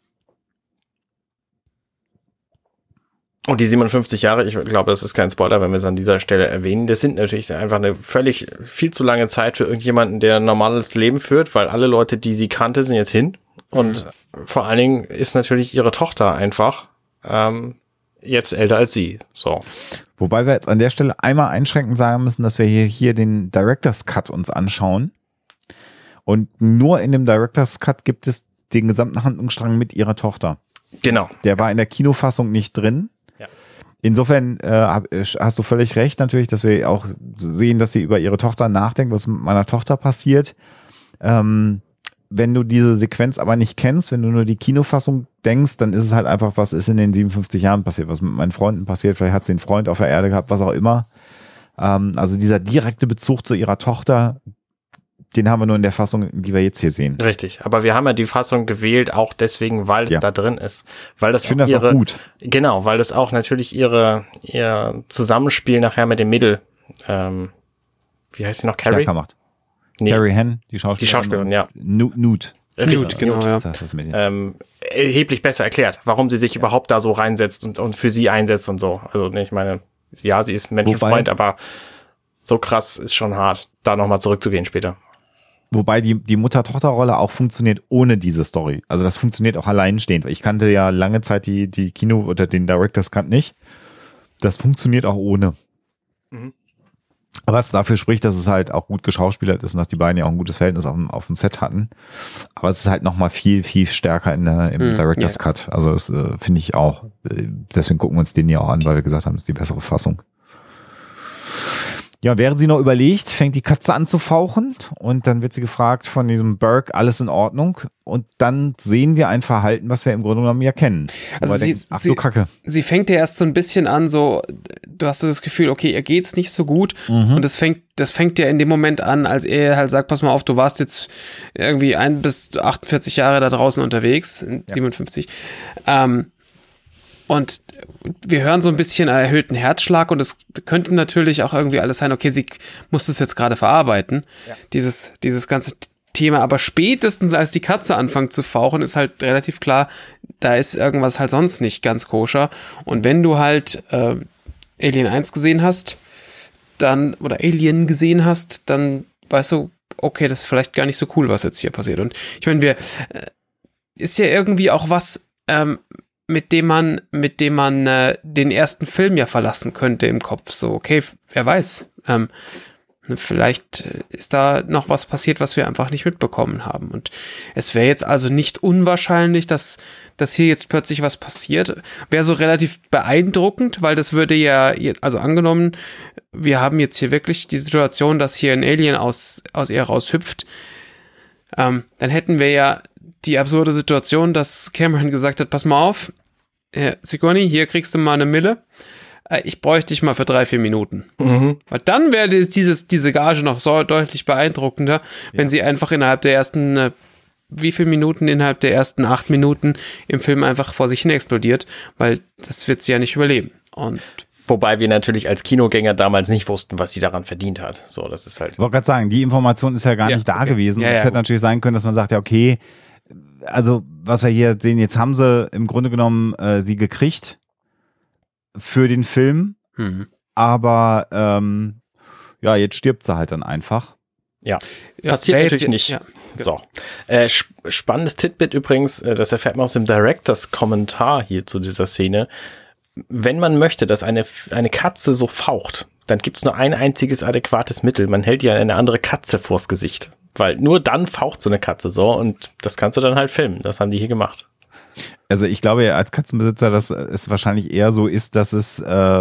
Und die 57 Jahre, ich glaube, das ist kein Spoiler, wenn wir es an dieser Stelle erwähnen, das sind natürlich einfach eine viel zu lange Zeit für irgendjemanden, der ein normales Leben führt, weil alle Leute, die sie kannte, sind jetzt hin. Und vor allen Dingen ist natürlich ihre Tochter einfach jetzt älter als sie. So. Wobei wir jetzt an der Stelle einmal einschränkend sagen müssen, dass wir hier den Director's Cut uns anschauen. Und nur in dem Director's Cut gibt es den gesamten Handlungsstrang mit ihrer Tochter. Genau. Der war in der Kinofassung nicht drin. Ja. Insofern hast du völlig recht natürlich, dass wir auch sehen, dass sie über ihre Tochter nachdenkt, was mit meiner Tochter passiert. Wenn du diese Sequenz aber nicht kennst, wenn du nur die Kinofassung denkst, dann ist es halt einfach, was ist in den 57 Jahren passiert, was mit meinen Freunden passiert, vielleicht hat sie einen Freund auf der Erde gehabt, was auch immer. Also dieser direkte Bezug zu ihrer Tochter, den haben wir nur in der Fassung, die wir jetzt hier sehen. Richtig, aber wir haben ja die Fassung gewählt, auch deswegen, weil es da drin ist. Weil das ich finde das auch gut. Genau, weil das auch natürlich ihr Zusammenspiel nachher mit dem Mädel, wie heißt sie noch, Carrie? Stärker macht. Nee. Carrie Henn, die Schauspielerin, ja. Nude, genau, ja. Das erheblich besser erklärt, warum sie sich überhaupt da so reinsetzt und für sie einsetzt und so. Also ich meine, ja, sie ist Menschenfreund, aber so krass ist schon hart, da nochmal zurückzugehen später. Wobei die Mutter-Tochter-Rolle auch funktioniert ohne diese Story. Also das funktioniert auch alleinstehend. Ich kannte ja lange Zeit die Kino- oder den Director's Cut nicht. Das funktioniert auch ohne. Mhm. Was dafür spricht, dass es halt auch gut geschauspielert ist und dass die beiden ja auch ein gutes Verhältnis auf dem Set hatten. Aber es ist halt nochmal viel, viel stärker im Director's Cut. Also das finde ich auch. Deswegen gucken wir uns den ja auch an, weil wir gesagt haben, das ist die bessere Fassung. Ja, während sie noch überlegt, fängt die Katze an zu fauchen und dann wird sie gefragt von diesem Burke, alles in Ordnung? Und dann sehen wir ein Verhalten, was wir im Grunde genommen ja kennen. Also ach du Kacke. Sie fängt ja erst so ein bisschen an, so, du hast so das Gefühl, okay, ihr geht's nicht so gut und das fängt ja in dem Moment an, als er halt sagt, pass mal auf, du warst jetzt irgendwie 1 bis 48 Jahre da draußen unterwegs, 57. Und wir hören so ein bisschen erhöhten Herzschlag und es könnte natürlich auch irgendwie alles sein, okay, sie muss das jetzt gerade verarbeiten, dieses ganze Thema, aber spätestens als die Katze anfängt zu fauchen, ist halt relativ klar, da ist irgendwas halt sonst nicht ganz koscher und wenn du halt Alien 1 gesehen hast, oder Alien gesehen hast, dann weißt du, okay, das ist vielleicht gar nicht so cool, was jetzt hier passiert und ich meine, ist ja irgendwie auch was, mit dem man den ersten Film ja verlassen könnte im Kopf. So, okay, wer weiß. Vielleicht ist da noch was passiert, was wir einfach nicht mitbekommen haben. Und es wäre jetzt also nicht unwahrscheinlich, dass hier jetzt plötzlich was passiert. Wäre so relativ beeindruckend, weil das würde ja, also angenommen, wir haben jetzt hier wirklich die Situation, dass hier ein Alien aus ihr raushüpft, dann hätten wir ja die absurde Situation, dass Cameron gesagt hat, pass mal auf, Sigourney, hier kriegst du mal eine Mille. Ich bräuchte dich mal für 3-4 Minuten. Weil dann wäre diese Gage noch so deutlich beeindruckender, wenn sie einfach innerhalb der ersten, wie viele Minuten, innerhalb der ersten 8 Minuten im Film einfach vor sich hin explodiert, weil das wird sie ja nicht überleben. Und wobei wir natürlich als Kinogänger damals nicht wussten, was sie daran verdient hat. So, das ist halt. Ich wollte gerade sagen, die Information ist ja gar nicht da gewesen. Es hätte natürlich sein können, dass man sagt, ja, okay, also was wir hier sehen, jetzt haben sie im Grunde genommen sie gekriegt für den Film, aber jetzt stirbt sie halt dann einfach. Ja, passiert natürlich nicht. Ja. So. Spannendes Titbit übrigens, das erfährt man aus dem Directors Kommentar hier zu dieser Szene. Wenn man möchte, dass eine Katze so faucht, dann gibt es nur ein einziges adäquates Mittel. Man hält ja eine andere Katze vors Gesicht. Weil nur dann faucht so eine Katze so und das kannst du dann halt filmen. Das haben die hier gemacht. Also ich glaube ja als Katzenbesitzer, dass es wahrscheinlich eher so ist, dass es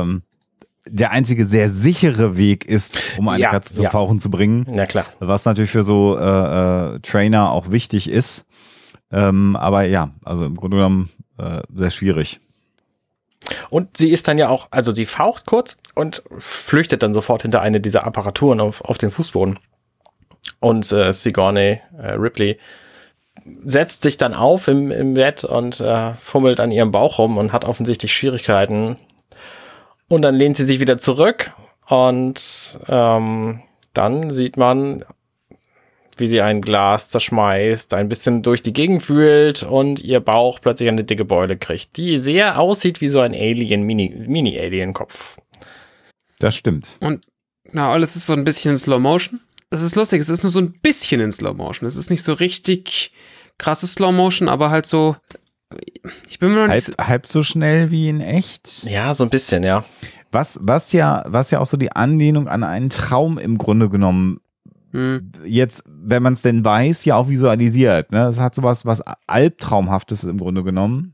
der einzige sehr sichere Weg ist, um eine Katze zum Fauchen zu bringen. Na klar. Was natürlich für so Trainer auch wichtig ist. Aber ja, also im Grunde genommen sehr schwierig. Und sie ist dann ja auch, also sie faucht kurz und flüchtet dann sofort hinter eine dieser Apparaturen auf den Fußboden. Und Sigourney Ripley setzt sich dann auf im Bett und fummelt an ihrem Bauch rum und hat offensichtlich Schwierigkeiten. Und dann lehnt sie sich wieder zurück und dann sieht man, wie sie ein Glas zerschmeißt, ein bisschen durch die Gegend wühlt und ihr Bauch plötzlich eine dicke Beule kriegt, die sehr aussieht wie so ein Mini-Alien-Kopf. Das stimmt. Und alles ist so ein bisschen Slow Motion. Das ist lustig, es ist nur so ein bisschen in Slow Motion. Es ist nicht so richtig krasses Slow Motion, aber halt so, ich bin mir noch nicht halb so schnell wie in echt. Ja, so ein bisschen, ja. Was ja auch so die Anlehnung an einen Traum im Grunde genommen jetzt, wenn man es denn weiß, ja auch visualisiert. Ne? Es hat sowas was Albtraumhaftes im Grunde genommen.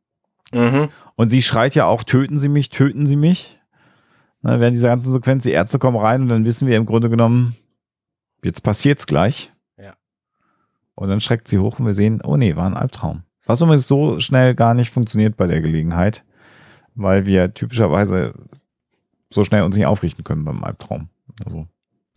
Und sie schreit ja auch, töten Sie mich, töten Sie mich. Ne, während dieser ganzen Sequenz, die Ärzte kommen rein und dann wissen wir im Grunde genommen, jetzt passiert's gleich. Ja. Und dann schreckt sie hoch und wir sehen, oh nee, war ein Albtraum. Was übrigens so schnell gar nicht funktioniert bei der Gelegenheit, weil wir typischerweise so schnell uns nicht aufrichten können beim Albtraum. Also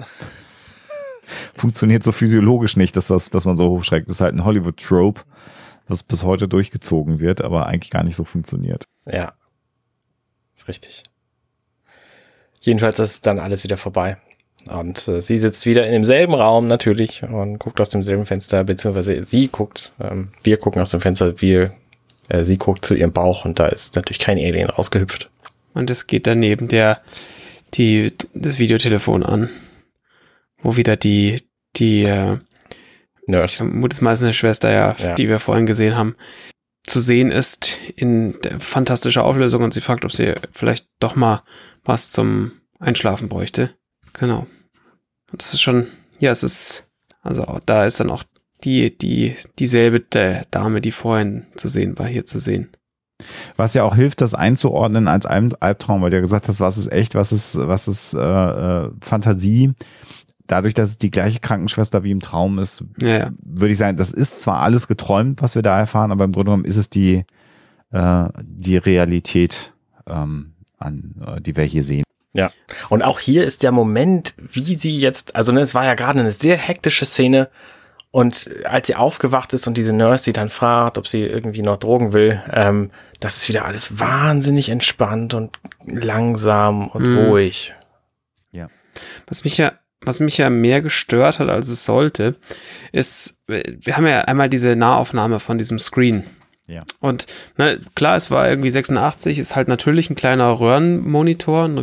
funktioniert so physiologisch nicht, dass man so hochschreckt. Das ist halt ein Hollywood-Trope, was bis heute durchgezogen wird, aber eigentlich gar nicht so funktioniert. Ja, ist richtig. Jedenfalls ist dann alles wieder vorbei. Und sie sitzt wieder in demselben Raum natürlich und guckt aus demselben Fenster, beziehungsweise sie guckt, wir gucken aus dem Fenster, sie guckt zu ihrem Bauch und da ist natürlich kein Alien rausgehüpft. Und es geht daneben das Videotelefon an, wo wieder die Nurse. Mutis meistens Schwester, ja, Ja. die wir vorhin gesehen haben, zu sehen ist in der fantastischen Auflösung und sie fragt, ob sie vielleicht doch mal was zum Einschlafen bräuchte. Genau. Und das ist schon, ja, es ist, also da ist dann auch dieselbe Dame, die vorhin zu sehen war, hier zu sehen. Was ja auch hilft, das einzuordnen als Albtraum, weil du ja gesagt hast, was ist echt, was ist Fantasie. Dadurch, dass es die gleiche Krankenschwester wie im Traum ist, Ja. würde ich sagen, das ist zwar alles geträumt, was wir da erfahren, aber im Grunde genommen ist es die Realität, die wir hier sehen. Ja. Und auch hier ist der Moment, wie sie jetzt, also ne, es war ja gerade eine sehr hektische Szene und als sie aufgewacht ist und diese Nurse sie dann fragt, ob sie irgendwie noch Drogen will, das ist wieder alles wahnsinnig entspannt und langsam und ruhig. Was mich ja mehr gestört hat, als es sollte, ist, wir haben ja einmal diese Nahaufnahme von diesem Screen. Ja. Und klar, es war irgendwie 86, ist halt natürlich ein kleiner Röhrenmonitor, eine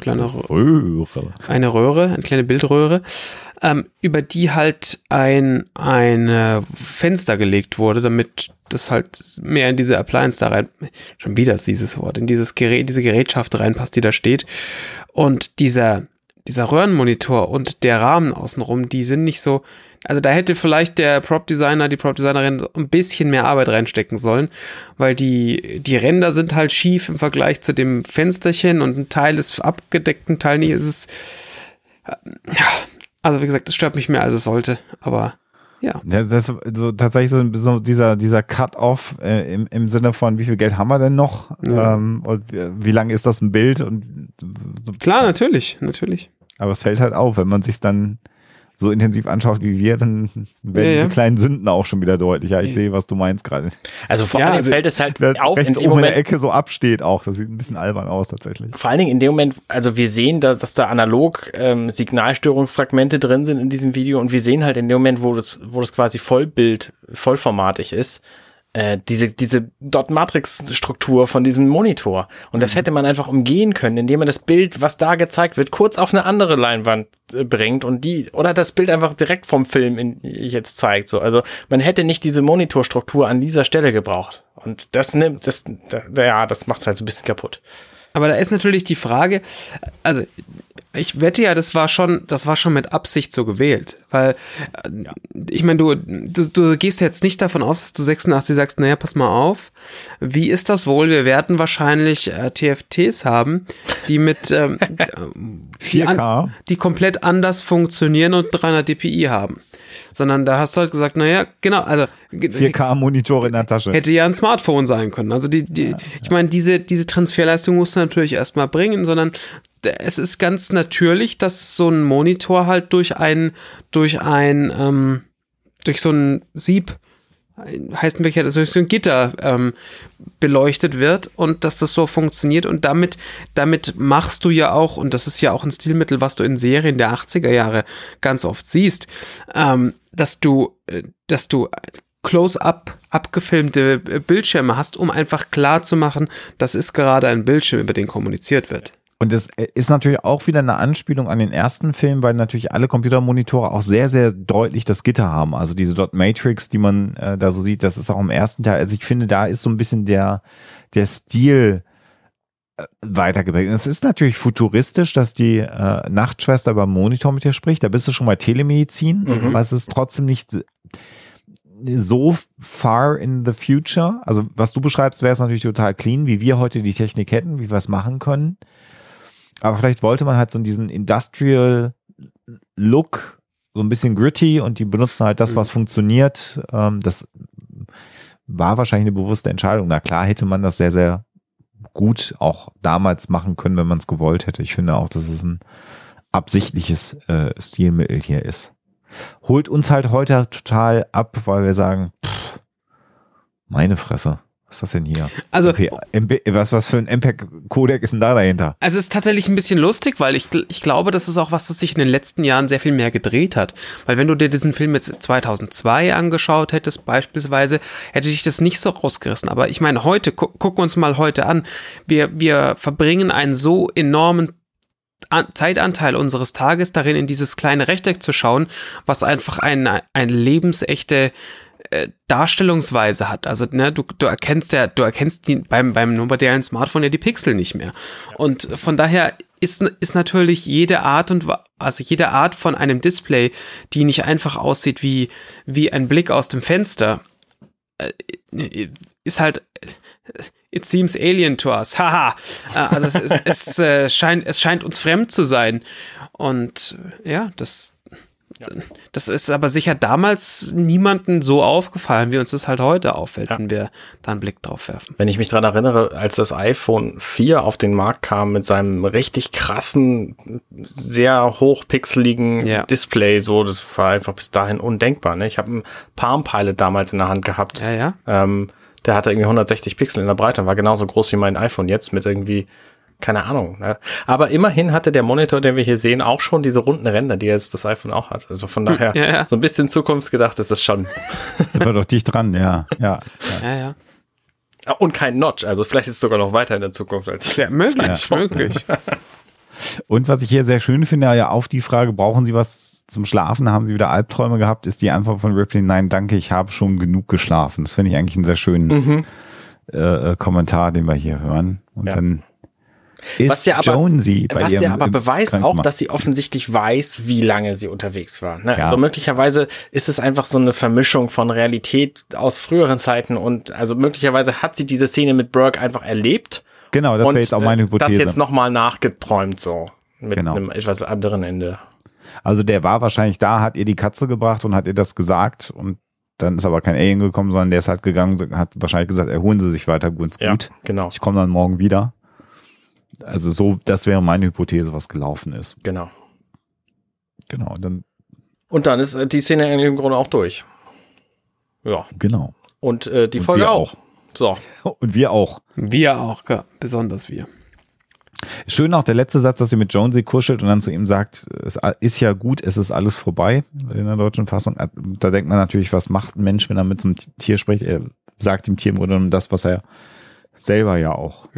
kleine Bildröhre, über die halt ein Fenster gelegt wurde, damit das halt mehr in diese Appliance da rein, schon wieder ist dieses Wort, in diese Gerätschaft reinpasst, die da steht. Und dieser Röhrenmonitor und der Rahmen außenrum, die sind nicht so, also da hätte vielleicht der Prop-Designer, die Prop-Designerin ein bisschen mehr Arbeit reinstecken sollen, weil die Ränder sind halt schief im Vergleich zu dem Fensterchen und ein Teil ist abgedeckt, ein Teil nicht, also wie gesagt, das stört mich mehr, als es sollte, aber ja. Das ist so tatsächlich so dieser Cut-Off im Sinne von, wie viel Geld haben wir denn noch? Ja. Und wie lang ist das ein Bild? Und so. Klar, natürlich. Aber es fällt halt auf, wenn man sich dann so intensiv anschaut wie wir, dann werden diese kleinen Sünden auch schon wieder deutlich. Ja, ich sehe, was du meinst gerade. Also vor allem fällt es halt auf, rechts in dem oben in Moment, der Ecke so absteht auch. Das sieht ein bisschen albern aus tatsächlich. vor allen Dingen in dem Moment, also wir sehen, dass da analog Signalstörungsfragmente drin sind in diesem Video und wir sehen halt in dem Moment, wo das quasi vollformatig ist, diese Dot-Matrix-Struktur von diesem Monitor. Und das hätte man einfach umgehen können, indem man das Bild, was da gezeigt wird, kurz auf eine andere Leinwand bringt und oder das Bild einfach direkt vom Film jetzt zeigt. So. Also man hätte nicht diese Monitorstruktur an dieser Stelle gebraucht. Und das macht es halt so ein bisschen kaputt. Aber da ist natürlich die Frage, also ich wette ja, das war schon mit Absicht so gewählt, weil ich meine, du gehst jetzt nicht davon aus, dass du 86 sagst, naja, pass mal auf, wie ist das wohl? Wir werden wahrscheinlich TFTs haben, die mit 4K, die komplett anders funktionieren und 300 dpi haben. Sondern da hast du halt gesagt, naja, genau, also 4K-Monitore in der Tasche. Hätte ja ein Smartphone sein können. Also ich meine, diese Transferleistung musst du natürlich erstmal bringen, sondern es ist ganz natürlich, dass so ein Monitor halt durch so ein Sieb, heißt in Wirklichkeit, durch so ein Gitter beleuchtet wird und dass das so funktioniert und damit machst du ja auch, und das ist ja auch ein Stilmittel, was du in Serien der 80er Jahre ganz oft siehst, dass du close-up abgefilmte Bildschirme hast, um einfach klar zu machen, das ist gerade ein Bildschirm, über den kommuniziert wird. Und das ist natürlich auch wieder eine Anspielung an den ersten Film, weil natürlich alle Computermonitore auch sehr, sehr deutlich das Gitter haben. Also diese Dot Matrix, die man da so sieht, das ist auch im ersten Teil. Also ich finde, da ist so ein bisschen der Stil weitergeprägt. Es ist natürlich futuristisch, dass die Nachtschwester über Monitor mit dir spricht. Da bist du schon bei Telemedizin, aber es ist trotzdem nicht so far in the future. Also was du beschreibst, wäre es natürlich total clean, wie wir heute die Technik hätten, wie wir es machen können. Aber vielleicht wollte man halt so diesen Industrial Look, so ein bisschen gritty, und die benutzen halt das, was funktioniert. Das war wahrscheinlich eine bewusste Entscheidung. Na klar hätte man das sehr, sehr gut auch damals machen können, wenn man es gewollt hätte. Ich finde auch, dass es ein absichtliches Stilmittel hier ist. Holt uns halt heute total ab, weil wir sagen, meine Fresse. Was ist das denn hier? Also, was für ein MPEG-Codec ist denn da dahinter? Also es ist tatsächlich ein bisschen lustig, weil ich glaube, das ist auch was, das sich in den letzten Jahren sehr viel mehr gedreht hat. Weil wenn du dir diesen Film jetzt 2002 angeschaut hättest beispielsweise, hätte dich das nicht so rausgerissen. Aber ich meine, heute, gucken wir uns mal heute an, wir verbringen einen so enormen Zeitanteil unseres Tages darin, in dieses kleine Rechteck zu schauen, was einfach eine lebensechte Darstellungsweise hat. Also du erkennst beim modernen Smartphone ja die Pixel nicht mehr. Und von daher ist natürlich jede Art von einem Display, die nicht einfach aussieht wie ein Blick aus dem Fenster, ist halt it seems alien to us. Haha. Also es scheint uns fremd zu sein. Und ja, das ist aber sicher damals niemandem so aufgefallen, wie uns das halt heute auffällt, wenn wir da einen Blick drauf werfen. Wenn ich mich dran erinnere, als das iPhone 4 auf den Markt kam mit seinem richtig krassen, sehr hochpixeligen Display, so, das war einfach bis dahin undenkbar. Ne? Ich habe einen Palm Pilot damals in der Hand gehabt. Ja. Der hatte irgendwie 160 Pixel in der Breite und war genauso groß wie mein iPhone jetzt mit irgendwie, keine Ahnung. Ne? Aber immerhin hatte der Monitor, den wir hier sehen, auch schon diese runden Ränder, die jetzt das iPhone auch hat. Also von daher so ein bisschen zukunftsgedacht ist das schon. Sind wir doch dicht dran, ja. Und kein Notch, also vielleicht ist es sogar noch weiter in der Zukunft als. Ja, möglich. Und was ich hier sehr schön finde, ja, auf die Frage, brauchen Sie was zum Schlafen? Haben Sie wieder Albträume gehabt? Ist die Antwort von Ripley, nein, danke, ich habe schon genug geschlafen. Das finde ich eigentlich einen sehr schönen Kommentar, den wir hier hören. Und dann ist Jonesy bei was ihrem ja aber beweist Kranzmann. auch, dass sie offensichtlich weiß, wie lange sie unterwegs war. Ne? Ja. Also möglicherweise ist es einfach so eine Vermischung von Realität aus früheren Zeiten und also möglicherweise hat sie diese Szene mit Burke einfach erlebt. Genau, das wäre jetzt auch meine Hypothese. Das jetzt nochmal nachgeträumt so mit einem etwas anderen Ende. Also der war wahrscheinlich da, hat ihr die Katze gebracht und hat ihr das gesagt und dann ist aber kein Alien gekommen, sondern der ist halt gegangen und hat wahrscheinlich gesagt, erholen Sie sich weiter, ganz gut. Ja, genau. Ich komme dann morgen wieder. Also so, das wäre meine Hypothese, was gelaufen ist. Genau. Und dann ist die Szene eigentlich im Grunde auch durch. Ja. Genau. Und die Folge auch. So. Und wir auch. Wir auch, ja, besonders wir. Schön auch der letzte Satz, dass sie mit Jonesy kuschelt und dann zu ihm sagt, es ist ja gut, es ist alles vorbei in der deutschen Fassung. Da denkt man natürlich, was macht ein Mensch, wenn er mit so einem Tier spricht? Er sagt dem Tier im Grunde genommen das, was er selber ja auch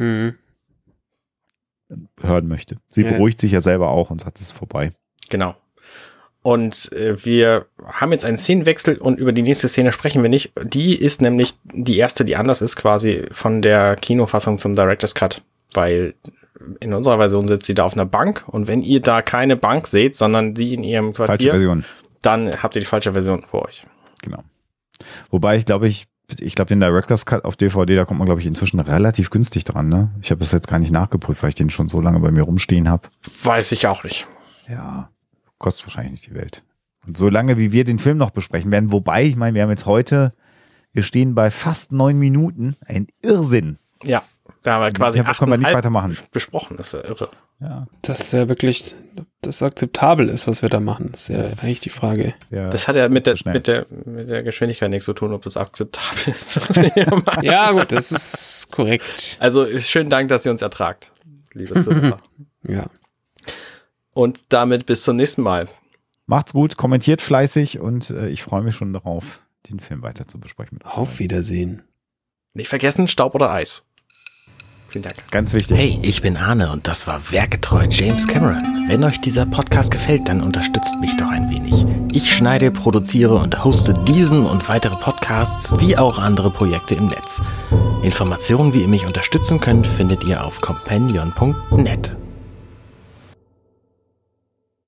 hören möchte. Sie beruhigt sich ja selber auch und sagt, es ist vorbei. Genau. Und wir haben jetzt einen Szenenwechsel und über die nächste Szene sprechen wir nicht. Die ist nämlich die erste, die anders ist quasi von der Kinofassung zum Director's Cut, weil in unserer Version sitzt sie da auf einer Bank und wenn ihr da keine Bank seht, sondern sie in ihrem Quartier, falsche Version, dann habt ihr die falsche Version vor euch. Genau. Wobei ich glaube, den Director's Cut auf DVD, da kommt man, glaube ich, inzwischen relativ günstig dran. Ne? Ich habe das jetzt gar nicht nachgeprüft, weil ich den schon so lange bei mir rumstehen habe. Weiß ich auch nicht. Ja, kostet wahrscheinlich nicht die Welt. Und solange wie wir den Film noch besprechen werden, wobei, ich meine, wir stehen bei fast 9 Minuten, ein Irrsinn. Ja, da haben wir quasi können wir nicht weitermachen. Besprochen, das ist ja irre. Ja. Das ist ja wirklich, das akzeptabel ist, was wir da machen. Das ist ja eigentlich die Frage. Ja, das hat ja mit der Geschwindigkeit nichts zu tun, ob das akzeptabel ist, was wir hier machen. Ja, gut, das ist korrekt. Also schönen Dank, dass ihr uns ertragt, liebe Zuhörer. Ja. Und damit bis zum nächsten Mal. Macht's gut, kommentiert fleißig und ich freue mich schon darauf, den Film weiter zu besprechen. Auf Wiedersehen. Nicht vergessen, Staub oder Eis. Vielen Dank. Ganz wichtig. Hey, ich bin Arne und das war Werkgetreu James Cameron. Wenn euch dieser Podcast gefällt, dann unterstützt mich doch ein wenig. Ich schneide, produziere und hoste diesen und weitere Podcasts wie auch andere Projekte im Netz. Informationen, wie ihr mich unterstützen könnt, findet ihr auf companion.net.